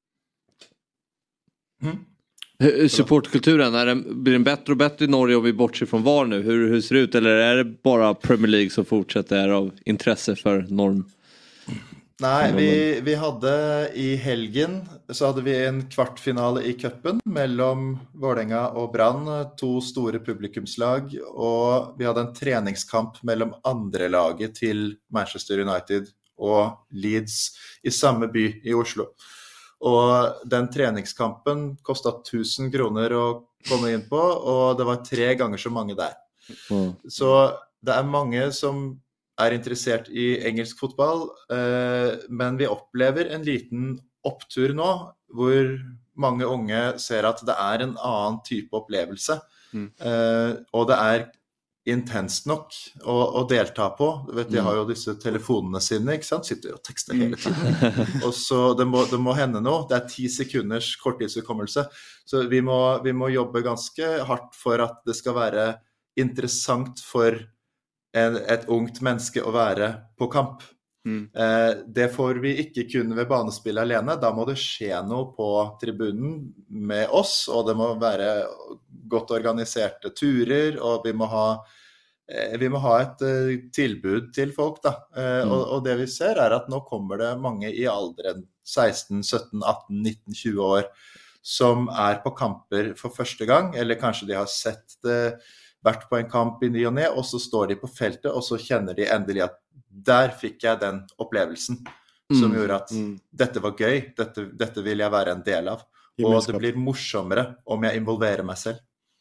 Supportkulturen, blir den bättre och bättre i Norge om vi bortser från VAR nu? Hur ser det ut? Eller är det bara Premier League som fortsätter av intresse för norm? Nej, vi hade i helgen så hade vi en kvartfinale i cupen mellan Vålerenga och Brann, 2 stora publikumslag, och vi hade en träningskamp mellan andra laget till Manchester United och Leeds i samma by i Oslo. Och den träningskampen kostade 1000 kronor att komma in på, och det var 3 gånger så många där. Så det är många som är intresserad i engelsk fotboll, men vi upplever en liten upptur nu, hvor många unga ser att det är en annan typ av upplevelse, och det är intenst nog att delta på. Du vet, de har ju dessa telefonerna sina, ikke sant? Sitter och textar hela tiden. Och så det må hända något. Det är 10 sekunders korttidshukommelse. Så vi må jobba ganska hårt för att det ska vara intressant för ett ungt menneske å være på kamp. Det får vi ikke kun ved banespill alene. Da må det skje noe på tribunen med oss, og det må være godt organiserte turer, og vi må ha et tilbud til folk da. Og det vi ser er at nå kommer det mange i alderen 16, 17, 18, 19, 20 år som er på kamper for første gang, eller kanskje de har sett det, vært på en kamp i ny og ne, og så står de på feltet, og så kjenner de endelig at der fikk jeg den opplevelsen som gjorde at dette var gøy, dette vil jeg være en del av. Og det blir morsommere om jeg involverer mig selv.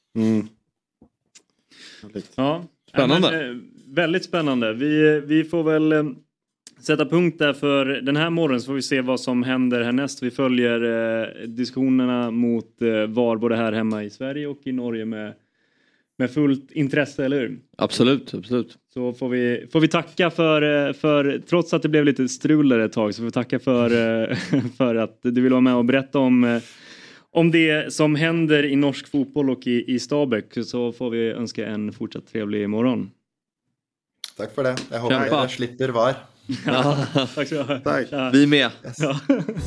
Ja, spännande. Väldigt spännande. Vi får väl sätta punkt där för den här morgonen, så får vi se vad som händer härnäst. Vi följer diskussionerna mot VAR både här hemma i Sverige och i Norge med fullt intresse, eller hur? Absolut. Så får vi tacka för trots att det blev lite strul där ett tag, så får vi tacka för att du vill vara med och berätta om det som händer i norsk fotboll och i Stabæk. Så får vi önska en fortsatt trevlig morgon. Tack för det. Jag hoppas jag slipper VAR. Ja, tack så mycket. Tack. Vi med. Yes. Ja.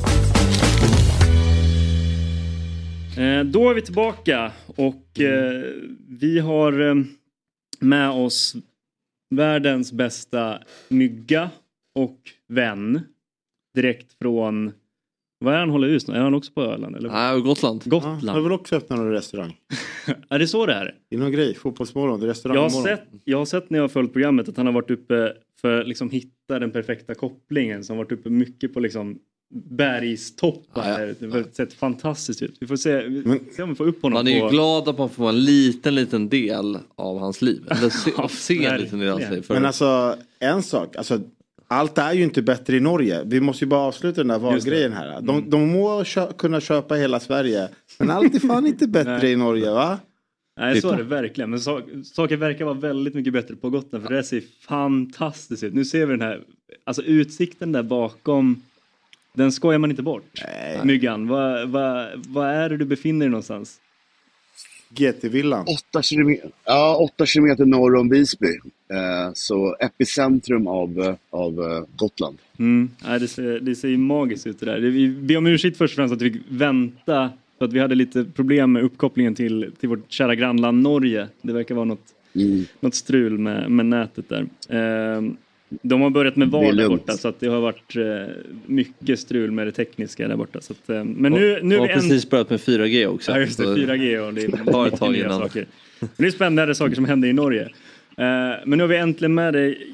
Då är vi tillbaka och vi har med oss världens bästa mygga och vän direkt från, vad är han håller hus nu? Är han också på Öland? Eller? Nej, Gotland. Ja, har väl också öppnat någon restaurang? Är det så det är? Det är någon grej, fotbollsmorgon, restaurangmorgon. Jag har sett när jag har följt programmet att han har varit uppe för att liksom hitta den perfekta kopplingen, som har varit uppe mycket på liksom bergstoppar. Ja. Det har sett fantastiskt ut. Vi får se om vi får upp honom. Man är ju glad att man får vara en liten del av hans liv. Eller se en liten del av hans liv. Men alltså, en sak. Alltså, allt är ju inte bättre i Norge. Vi måste ju bara avsluta den där valgrejen här. De må kunna köpa hela Sverige. Men allt är fan inte bättre i Norge, va? Nej, så är det verkligen. Men saker verkar vara väldigt mycket bättre på Gotland. För det ser fantastiskt ut. Nu ser vi den här, alltså utsikten där bakom. Den skojar man inte bort. Nej. Myggan, vad är det du befinner dig någonstans? GT-villan. 8 kilometer norr om Visby. Så epicentrum av Gotland. Ja, det ser ju magiskt ut det där. Vi ber om ursäkt först och främst att vi fick vänta. För att vi hade lite problem med uppkopplingen till vårt kära grannland Norge. Det verkar vara något strul med nätet där. De har börjat med val där borta, så att det har varit mycket strul med det tekniska där borta. Så att, men nu har precis börjat med 4G också. Ja, just det, 4G och det är ett tag innan. Saker. Men det är spännande saker som händer i Norge. Men nu har vi äntligen med dig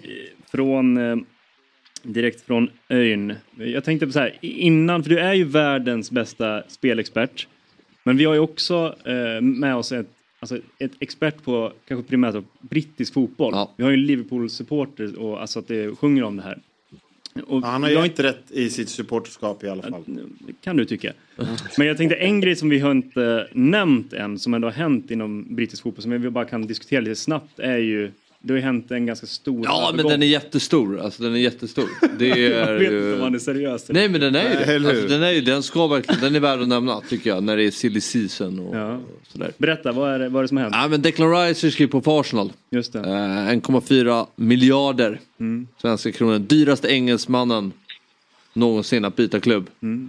direkt från ön. Jag tänkte på så här, innan, för du är ju världens bästa spelexpert. Men vi har ju också med oss ett expert på kanske primärt brittisk fotboll. Ja. Vi har ju en Liverpool-supporter och alltså att det sjunger om det här. Och han har ju inte rätt i sitt supporterskap i alla fall. Kan du tycka. Men jag tänkte en grej som vi har inte nämnt än, som ändå har hänt inom brittisk fotboll, som vi bara kan diskutera lite snabbt, är ju det har ju hänt en ganska stor övergång. Men den är jättestor. Alltså den är jätestor. Det är jag vet inte om man är seriös. Nej, men den är ju det. Alltså, den är värd att nämna, tycker jag, när det är silly season och sådär. Berätta, vad är det som händer? Ja, men Declan Rice skriver på Arsenal. Just det. 1,4 miljarder svenska kronor. Dyraste engelsmannen någonsin att byta klubb.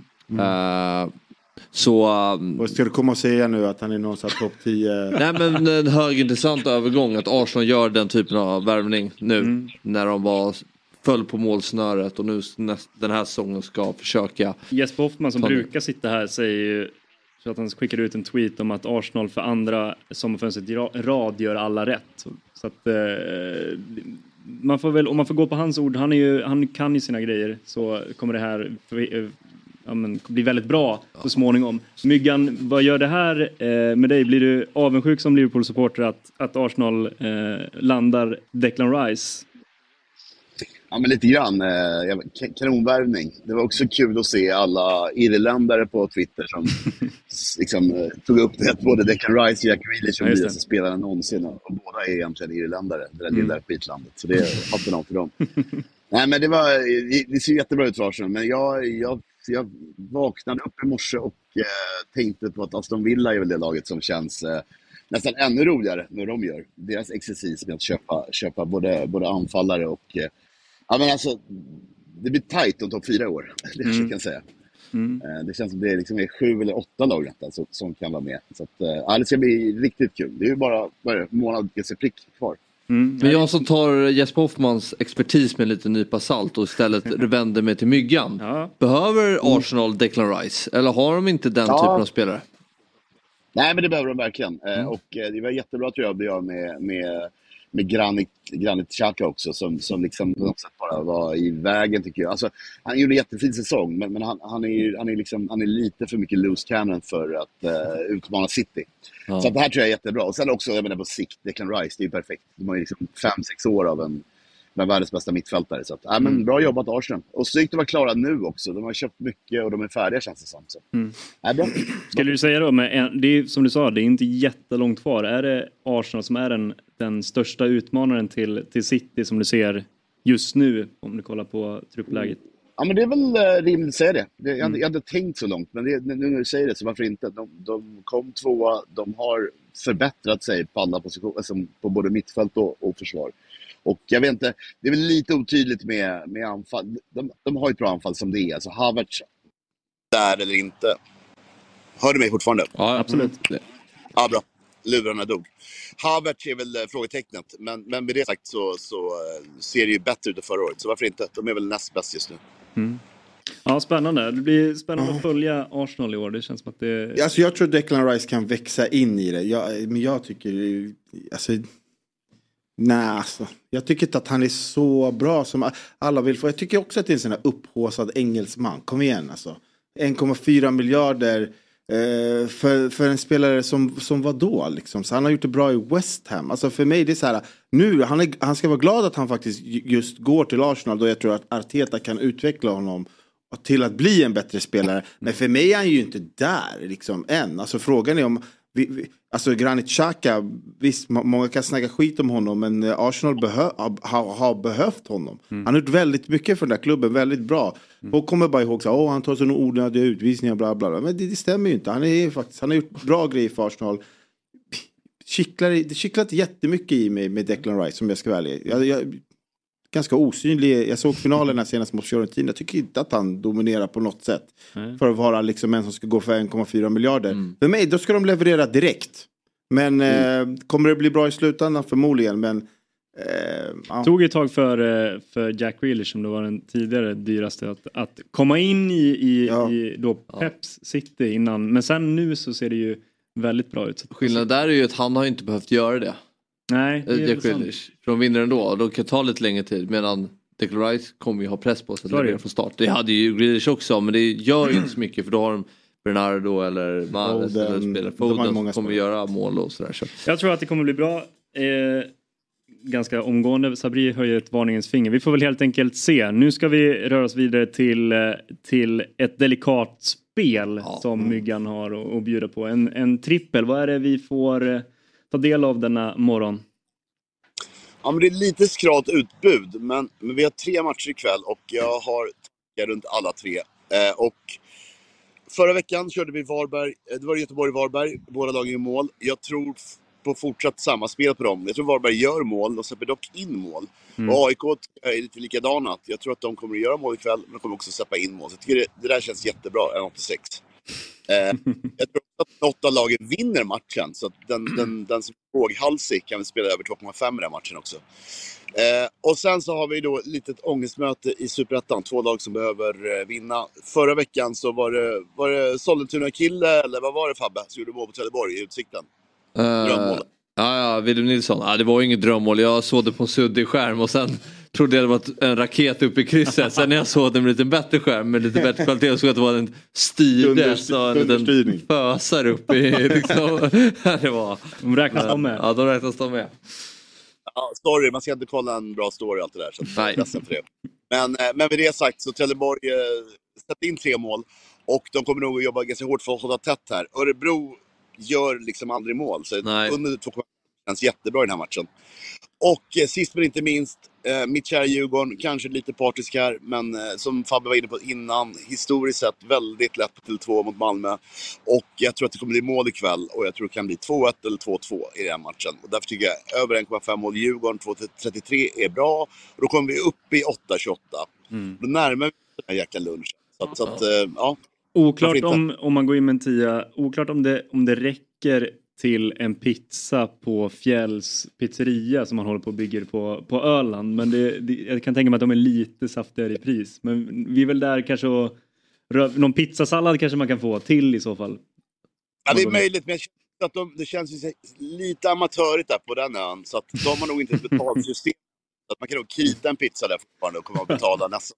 Så vad ska du komma och säga nu, att han är någonstans topp 10? Nej, men en högintressant övergång att Arsenal gör den typen av värvning nu när de föll på målsnöret och nu den här säsongen ska försöka. Jesper Hoffman som brukar sitta här säger ju så att han skickar ut en tweet om att Arsenal för andra sommarfönstret rad gör alla rätt. Så att man får väl, om man får gå på hans ord, han kan ju sina grejer, så kommer det här bli väldigt bra så småningom. Myggan, vad gör det här med dig? Blir du avundsjuk som Liverpool-supporter att Arsenal landar Declan Rice? Ja, men lite grann. Kanonvärvning. Det var också kul att se alla irländare på Twitter som liksom, tog upp det. Både Declan Rice och Jack Grealish som bästa spelare någonsin. Och båda är egentligen irländare. Det där lilla skitlandet. Så det är hatten av till dem. Nej, men det ser jättebra ut för Arsenal. Men jag vaknade upp i morse och tänkte på att Aston Villa är väl det laget som känns nästan ännu roligare när de gör. Deras exercis med att köpa både anfallare och ja, men alltså, det blir tajt om topp 4 år, det jag kan säga. Det känns som det liksom är 7 eller 8 lag alltså, som kan vara med. Så att, det ska bli riktigt kul. Det är ju bara en månad prick kvar. Men jag som tar Jesper Hoffmans expertis med lite nypa salt och istället vänder mig till Myggan. Behöver Arsenal Declan Rice? Eller har de inte den typen av spelare? Nej, men det behöver de verkligen. Och det var jättebra, tror jag, att göra med Granit Xhaka också, som liksom på något sätt bara var i vägen, tycker jag. Alltså, han gjorde en jättefin säsong, men han är lite för mycket loose cannon för att utmana City. Så att det här tror jag är jättebra. Och sen också, jag menar, på sikt, Declan Rice, det är ju perfekt. De har ju liksom 5-6 år av en världens bästa mittfältare. Så att, men bra jobbat Arsenal. Och snyggt att vara klara nu också. De har köpt mycket och de är färdiga, känns det som. Så. Bra. Skulle du säga då, det är, som du sa, det är inte jättelångt kvar. Är det Arsenal som är den största utmanaren till City som du ser just nu, om du kollar på truppläget? Ja, men det är väl rimligt att säga det. Jag hade tänkt så långt, men nu när du säger det, så varför inte? De kom 2, de har förbättrat sig på alla positioner, alltså på både mittfält och försvar. Och jag vet inte, det är väl lite otydligt med anfall. De har ju ett bra anfall som det är. Alltså Havertz där eller inte. Hör du mig fortfarande? Ja, absolut. Ja, bra. Lurarna dog. Havertz är väl frågetecknet. Men med det sagt så ser det ju bättre ut än förra året. Så varför inte? De är väl näst bäst just nu. Ja, spännande. Det blir spännande att följa Arsenal i år. Det känns som att det... Alltså, jag tror Declan Rice kan växa in i det. Men jag tycker... Alltså... Nej, alltså, jag tycker inte att han är så bra som alla vill få. Jag tycker också att det är en sån här upphåsad engelsman. Kom igen, alltså. 1,4 miljarder för en spelare som var då, liksom. Så han har gjort det bra i West Ham. Alltså för mig det är så här, nu, han ska vara glad att han faktiskt just går till Arsenal, då jag tror att Arteta kan utveckla honom till att bli en bättre spelare. Men för mig är han ju inte där, liksom, än. Alltså frågan är om alltså Granit Xhaka, visst, många kan snacka skit om honom, men Arsenal har behövt honom. Han har gjort väldigt mycket för den där klubben, väldigt bra. Folk kommer bara ihåg så han tar sådana onödiga utvisningar, bla bla bla. Men det stämmer ju inte. Han har gjort bra grejer för Arsenal. Det kittlar inte jättemycket i mig med Declan Rice, som jag ska välja. Jag ganska osynlig. Jag såg finalen här senast mot Fiorentina. Jag tycker inte att han dominerar på något sätt. För att vara liksom en som ska gå för 1,4 miljarder. För mig, då ska de leverera direkt. Men kommer det bli bra i slutändan? Förmodligen. Men Tog ett tag för Jack Grealish som det var den tidigare dyraste att komma in i då Peps City innan. Men sen nu så ser det ju väldigt bra ut. Skillnaden där är ju att han har inte behövt göra det. Nej, det Jack Grealish. För de vinner ändå. De kan ta lite längre tid. Medan Declan Rice kommer ju ha press på sig att leverera från start. Det hade ju Grealish också. Men det gör ju inte så mycket. För då har de Bernardo eller Mahrez eller spelar Foden som kommer göra mål och sådär. Så. Jag tror att det kommer bli bra. Ganska omgående. Sabri höjer ett varningens finger. Vi får väl helt enkelt se. Nu ska vi röra oss vidare till ett delikat spel som Myggan har att bjuda på. En trippel. Vad är det vi får ta del av denna morgon? Ja, men det är lite skralt utbud. Men vi har 3 matcher ikväll och jag har tankar runt alla 3. Och förra veckan körde vi Varberg. Det var Göteborg-Varberg. Båda lagen i mål. Jag tror på fortsatt samma spel på dem. Jag tror Varberg gör mål. De släpper dock in mål. Och AIK är lite likadana. Jag tror att de kommer att göra mål ikväll. Men de kommer också släppa in mål. Så jag tycker det där känns jättebra. 1,86. Jag tror att 8 lagen vinner matchen. Så att den som är våghalsig kan vi spela över 2,5 i den matchen också. Och sen så har vi då ett litet ångestmöte i Superettan. 2 lag som behöver vinna. Förra veckan så var det Sollentuna-kille. Eller vad var det, Fabbe? Så gjorde mål på Trelleborg i Utsikten. Drömmålet. Ja, Willem Nilsson. Ja, det var ju inget drömmål. Jag såg det på en suddig skärm och sen trodde jag det var en raket uppe i krysset. Sen när jag såg det med lite bättre skärm med lite bättre kvalitet och såg att det var en styrde så en liten fösar upp i liksom. Det var. De räknas de med. Ja, de räknas de med. Ja, story. Man ska inte kolla en bra story och allt det där. Så nej. För det. Men med det sagt så Trelleborg sätter in 3 mål. Och de kommer nog att jobba ganska hårt för att hålla tätt här. Örebro gör liksom aldrig mål. Så under 2 känns jättebra i den här matchen. Och sist men inte minst, mitt kära Djurgården, kanske lite partisk här, men som Fabbe var inne på innan, historiskt sett väldigt lätt till 2 mot Malmö. Och jag tror att det kommer bli mål ikväll och jag tror det kan bli 2-1 eller 2-2 i den matchen. Och därför tycker jag över 1,5 mål Djurgården, 2,33 är bra. Och då kommer vi upp i 8,28. Då närmar vi den här jäkla lunchen. Så att, ja. Oklart om man går in med en 10. Oklart om det räcker till en pizza på Fjälls pizzeria som man håller på och bygger på Öland. Men jag kan tänka mig att de är lite saftigare i pris. Men vi är väl där kanske någon pizzasallad kanske man kan få till i så fall. Ja, det är möjligt. Men jag känner att det känns ju lite amatörigt där på den ön. Så att de har nog inte ett betalsystem. Så att man kan nog krita en pizza där fortfarande och komma att betala nästa.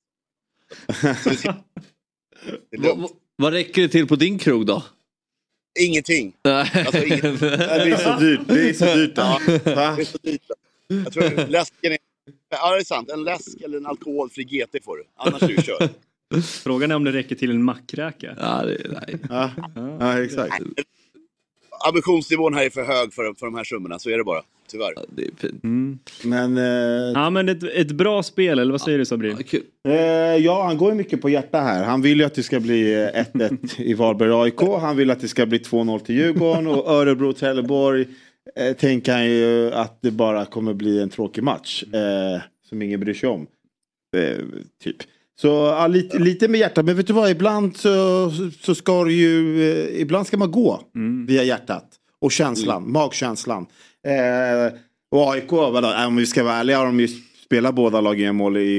Vad räcker det till på din krog då? Ingenting. Alltså, ingenting. Det är så dyrt. Det är så dyrt. Ja, det är så dyrt. Jag tror läsken är... Ja, det är sant. En läsk eller en alkoholfri GT får du. Annars är du kör. Frågan är om det räcker till en mackräka. Ja, nej. Ja, exakt. Ambitionsnivån här är för hög för de här summorna. Så är det bara. Tyvärr. Ja, det är fint. Men, ja, men ett bra spel, eller vad säger du, Sabri? Ja, han går ju mycket på hjärta här. Han vill ju att det ska bli 1-1 i Varberg AIK. Han vill att det ska bli 2-0 till Djurgården. Och Örebro Trelleborg tänker han ju att det bara kommer bli en tråkig match. Som ingen bryr sig om. Typ. Så ja, lite med hjärtat. Men vet du vad, ibland så ska det ju... ibland ska man gå via hjärtat. Och känslan, magkänslan. Och AIK, om vi ska vara ärliga, har de ju spelat båda lagen i mål i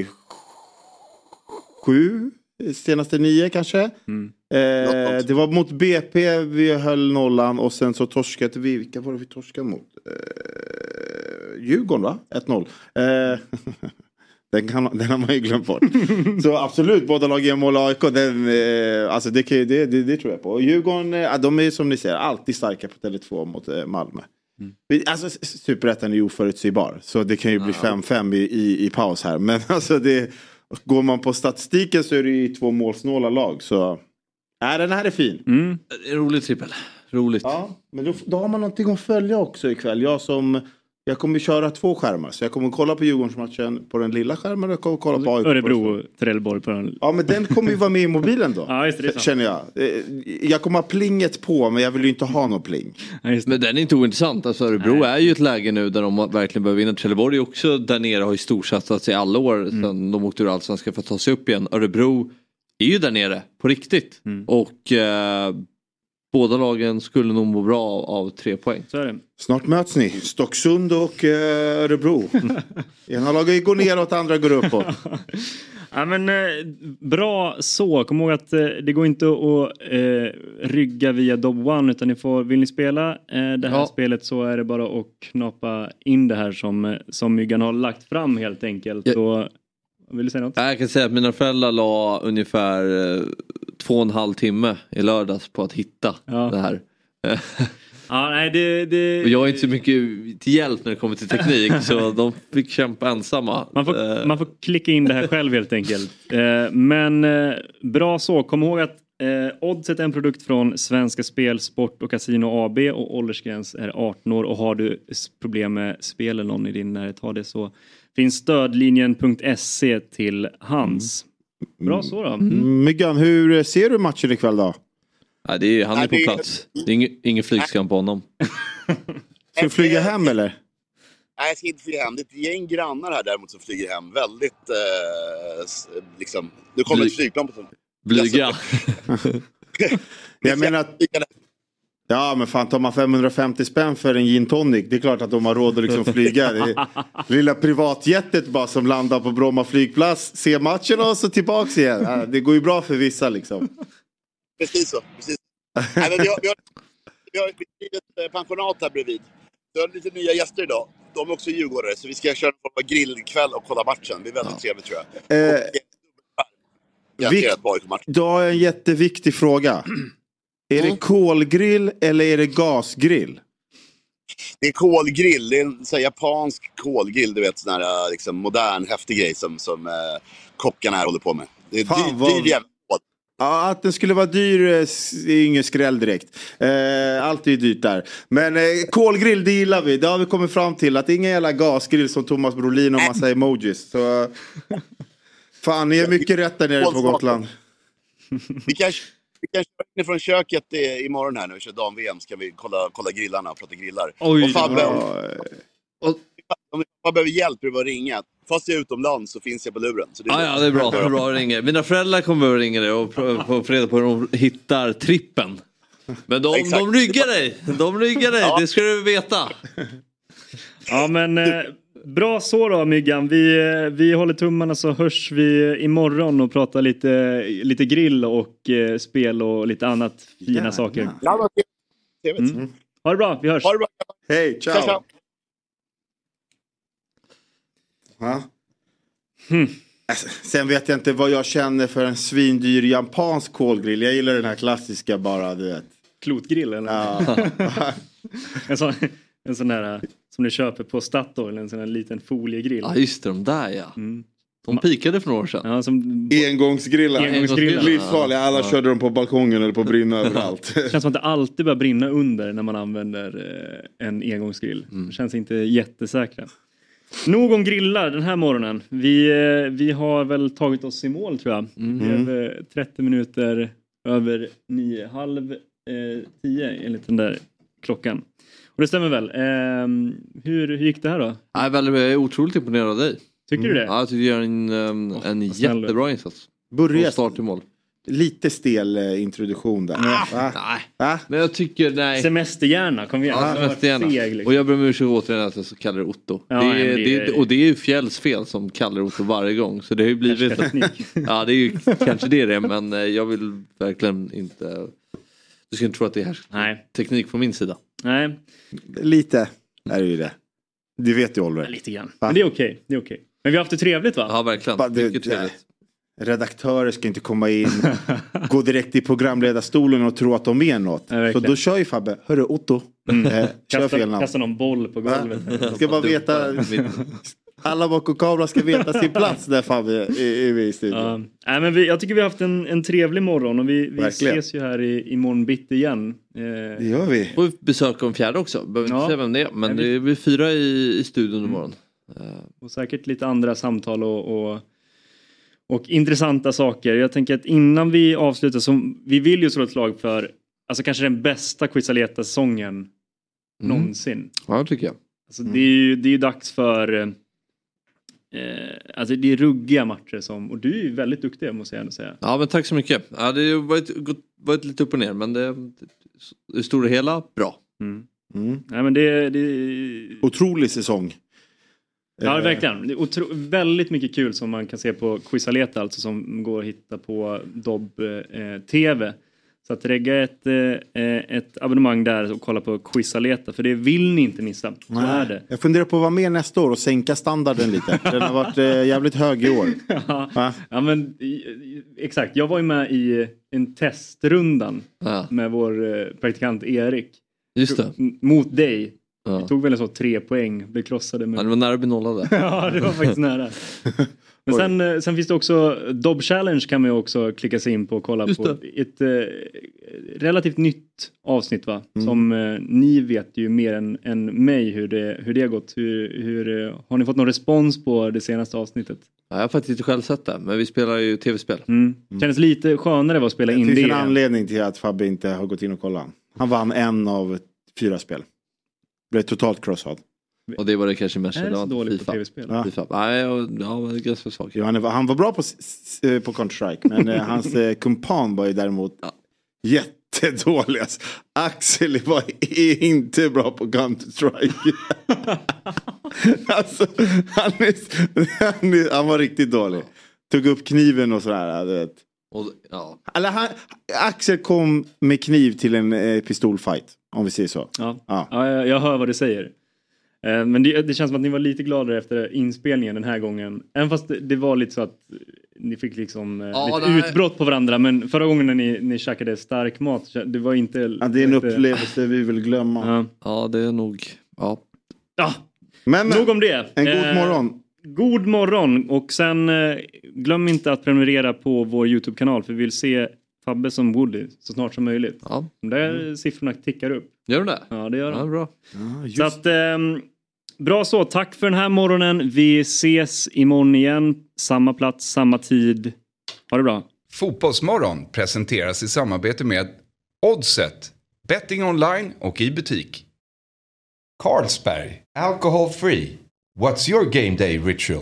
7, senaste 9 kanske. Det var mot BP, vi höll nollan och sen så torskade vi, vilka var det vi torskade mot? Djurgården, va? 1-0. Den har man ju glömt bort. Så absolut, båda lagen i mål AIK, alltså det tror jag på. Och Djurgården, de är som ni ser alltid starka på Tele2 mot Malmö. Alltså Superettan är ju oförutsägbar. Så det kan ju bli 5-5 i paus här. Men alltså går man på statistiken så är det ju 2 målsnåla lag. Så den här är fin. Roligt trippel. Roligt. Ja, men då har man någonting att följa också ikväll. Jag kommer köra 2 skärmar. Så jag kommer kolla på Djurgårdsmatchen på den lilla skärmen. Och jag kommer kolla på AIK. Örebro, Trelleborg på den. Ja, men den kommer ju vara med i mobilen då. Ja, just det, känner jag. Jag kommer ha plinget på, men jag vill ju inte ha någon pling. Ja, men den är inte ointressant. Alltså Örebro är ju ett läge nu där de verkligen behöver vinna. Trelleborg är också där nere, har ju storsatsat sig alla år sedan de åkte ur Allsvenskan för att ta sig upp igen. Örebro är ju där nere på riktigt. Och båda lagen skulle nog må bra av 3 poäng. Så är det. Snart möts ni. Stocksund och Örebro. Ena laget går neråt, andra går uppåt. Ja, men bra så. Kom ihåg att det går inte att rygga via Dob One, utan vill ni spela det här spelet så är det bara att knappa in det här som Myggan har lagt fram helt enkelt. Och, vill du säga något? Jag kan säga att mina föräldrar la ungefär 2,5 timme i lördags på att hitta det här. Ja, nej, Och jag är inte så mycket till hjälp när det kommer till teknik så de fick kämpa ensamma. Man får klicka in det här själv helt enkelt. Men bra så. Kom ihåg att Oddset är en produkt från Svenska Spel, Sport och Casino AB och åldersgräns är 18 år. Och har du problem med spel eller någon i din närhet, har det så finns stödlinjen.se till hands. Bra så då. Myggan, hur ser du matchen ikväll då? Ja, han är på plats. Det är ingen flygskam på honom. Ska du flyga hem eller? Nej, jag ska inte flyga hem. Det är ett gäng grannar här däremot som flyger hem. Väldigt liksom. Nu kommer ett flygplan på sånt. Blyga. Jag menar att... Ja, men fan, tar man 550 spänn för en gin tonic, det är klart att de har råd att liksom flyga. Det är lilla privatjetet bara som landar på Bromma flygplats, ser matchen och så tillbaks igen. Ja, det går ju bra för vissa liksom. Precis så. Nej, men vi har ett pensionat här bredvid. Vi har lite nya gäster idag. De är också djurgårdare, så vi ska köra en grillkväll och kolla matchen. Det är väldigt trevligt tror jag. Du har en jätteviktig fråga. Är det kolgrill eller är det gasgrill? Det är kolgrill. Det är en så här, japansk kolgrill. Du vet, sån här liksom, modern, häftig grej som kockarna här håller på med. Det är dyr jävla kol. Ja, att den skulle vara dyr är ingen skräll direkt. Allt är dyrt där. Men kolgrill, det gillar vi. Det har vi kommit fram till. Att det är ingen jävla gasgrill som Thomas Brolin och massa emojis. Så, fan, ni är mycket rätt där nere på Gotland. Vi kan köra från köket imorgon här när vi kör dam-VM. Ska vi kolla grillarna och prata grillar. Oj, och Fabbe, om jag behöver hjälp med att ringa. Fast jag är utomlands så finns jag på luren. Så det är bra. Det är bra att ringa. Mina föräldrar kommer att ringa dig och få reda på hur de hittar trippen. Men de ryggar dig. Ja. Det ska du veta. Ja, men bra så då, Myggan. Vi håller tummarna, så hörs vi imorgon och pratar lite grill och spel och lite annat fina saker. Ja, Ha det bra, vi hörs. Ha det bra. Hej, ciao. Ja. Sen vet jag inte vad jag känner för en svindyr japansk kolgrill. Jag gillar den här klassiska bara, du vet. Klotgrill eller? Ja. en sån där som du köper på Statoil, en sån här liten foliegrill. Ja, just det, de där ja. De pikade för några år sedan. Ja, som engångsgrillar. Livsfarliga. Alla körde dem på balkongen eller på brinna överallt. Det känns som att det alltid börjar brinna under när man använder en engångsgrill. Det känns inte jättesäkra. Nog om grillar den här morgonen. Vi har väl tagit oss i mål tror jag. Vi är 30 minuter över 9, halv 10 enligt den där klockan. Och det stämmer väl. Hur gick det här då? Jag är otroligt imponerad av dig. Tycker du det? Ja, jag tycker du gör en jättebra insats. Börja start till mål. Lite stel introduktion där. Nej. Men jag tycker nej. Semesterhjärna, kom igen. Ja, semesterhjärna. Liksom. Och jag ber mig återigen att jag så kallar det Otto. Och det är ju Fjälls fel som kallar Otto varje gång. Så det har ju blivit... Ja, det är ju kanske det, men jag vill verkligen inte... Du ska inte tro att det är teknik från min sida. Nej. Lite är det ju det. Du vet ju Oliver. Lite grann. Men det är okej. Men vi har haft det trevligt va? Ja, verkligen. Mycket trevligt. Redaktörer ska inte komma in, gå direkt i programledarstolen och tro att de är något. Ja, så då kör ju Fabbe, hörru Otto, kör fel namn. Kasta någon boll på golvet. Ska bara veta, alla bakom kameran ska veta sin plats där Fabbe är i studion. Nej, men jag tycker vi har haft en trevlig morgon och vi ses ju här i morgon bitti igen. Det gör vi. Och besök om fjärde också, behöver inte säga vem det är, men det är 4 i studion imorgon. Och säkert lite andra samtal och intressanta saker. Jag tänker att innan vi avslutar, så vi vill ju slå ett slag för alltså kanske den bästa Quizaleta-säsongen någonsin. Ja, det tycker jag. Alltså, det är ju dags för alltså det är ruggiga matcher och du är ju väldigt duktig måste jag ändå säga. Ja, men tack så mycket. Ja, det har varit lite upp och ner, men det i stora hela bra. Nej, men det... Otrolig säsong. Ja, verkligen. Det är väldigt mycket kul som man kan se på Quizaleta, alltså som går att hitta på Dobb TV. Så att regga ett abonnemang där och kolla på Quizaleta, för det vill ni inte missa. Så är det. Jag funderar på att vara med nästa år och sänka standarden lite. Den har varit jävligt hög i år. Ja, men exakt. Jag var ju med i en testrundan med vår praktikant Erik. Just det. Mot dig. Vi tog väl så 3 poäng, blev krossade med... Ja, det var nära att bli nollade. Ja, det var faktiskt nära. Men sen finns det också Dobb Challenge, kan man ju också klicka sig in på och kolla på. Ett relativt nytt avsnitt, va? Som ni vet ju mer än mig hur det har gått. Har ni fått någon respons på det senaste avsnittet? Ja, jag har faktiskt inte själv sett det, men vi spelar ju tv-spel. Känns lite skönare att spela in det. Det finns en anledning till att Fabbe inte har gått in och kollat. Han vann 1 av 4 spel. Blev totalt crossad. Och det var det kanske mest. Är det så dåligt på tv-spel? Ja. Nej, ganska svag. Han var bra på Counter-Strike, men hans kumpan var ju däremot jättedålig. Axel var inte bra på Counter-Strike. Alltså, han var riktigt dålig. Tog upp kniven och sådär. Axel kom med kniv till en pistolfight, om vi säger så. Ja, jag hör vad du säger. Men det känns som att ni var lite gladare efter inspelningen den här gången. Även fast det var lite så att ni fick liksom lite utbrott på varandra. Men förra gången när ni käkade stark mat, det var inte... Ja, det är en upplevelse vi vill glömma. Ja, det är nog... Ja. Men nog om det. En god morgon. God morgon. Och sen glöm inte att prenumerera på vår YouTube-kanal, för vi vill se Fabbe som Woody så snart som möjligt. Ja. De där siffrorna tickar upp. Gör de det? Ja, det gör de. Ja, bra. Så att, bra så. Tack för den här morgonen. Vi ses imorgon igen. Samma plats, samma tid. Ha det bra. Fotbollsmorgon presenteras i samarbete med Oddset. Betting online och i butik. Carlsberg. Alcohol free. What's your game day ritual?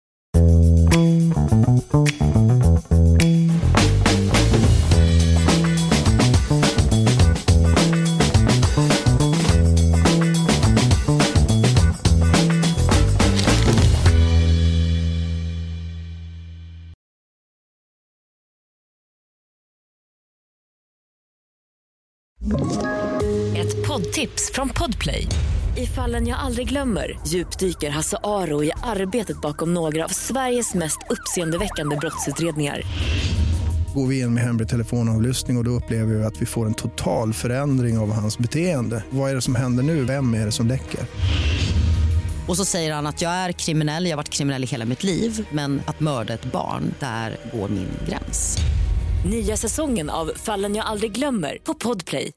Ett poddtips från Podplay. I Fallen jag aldrig glömmer djupdyker Hasse Aro i arbetet bakom några av Sveriges mest uppseendeväckande brottsutredningar. Går vi in med hemlig telefonavlyssning och då upplever vi att vi får en total förändring av hans beteende. Vad är det som händer nu? Vem är det som läcker? Och så säger han att jag är kriminell, jag har varit kriminell i hela mitt liv. Men att mörda ett barn, där går min gräns. Nya säsongen av Fallen jag aldrig glömmer på Podplay.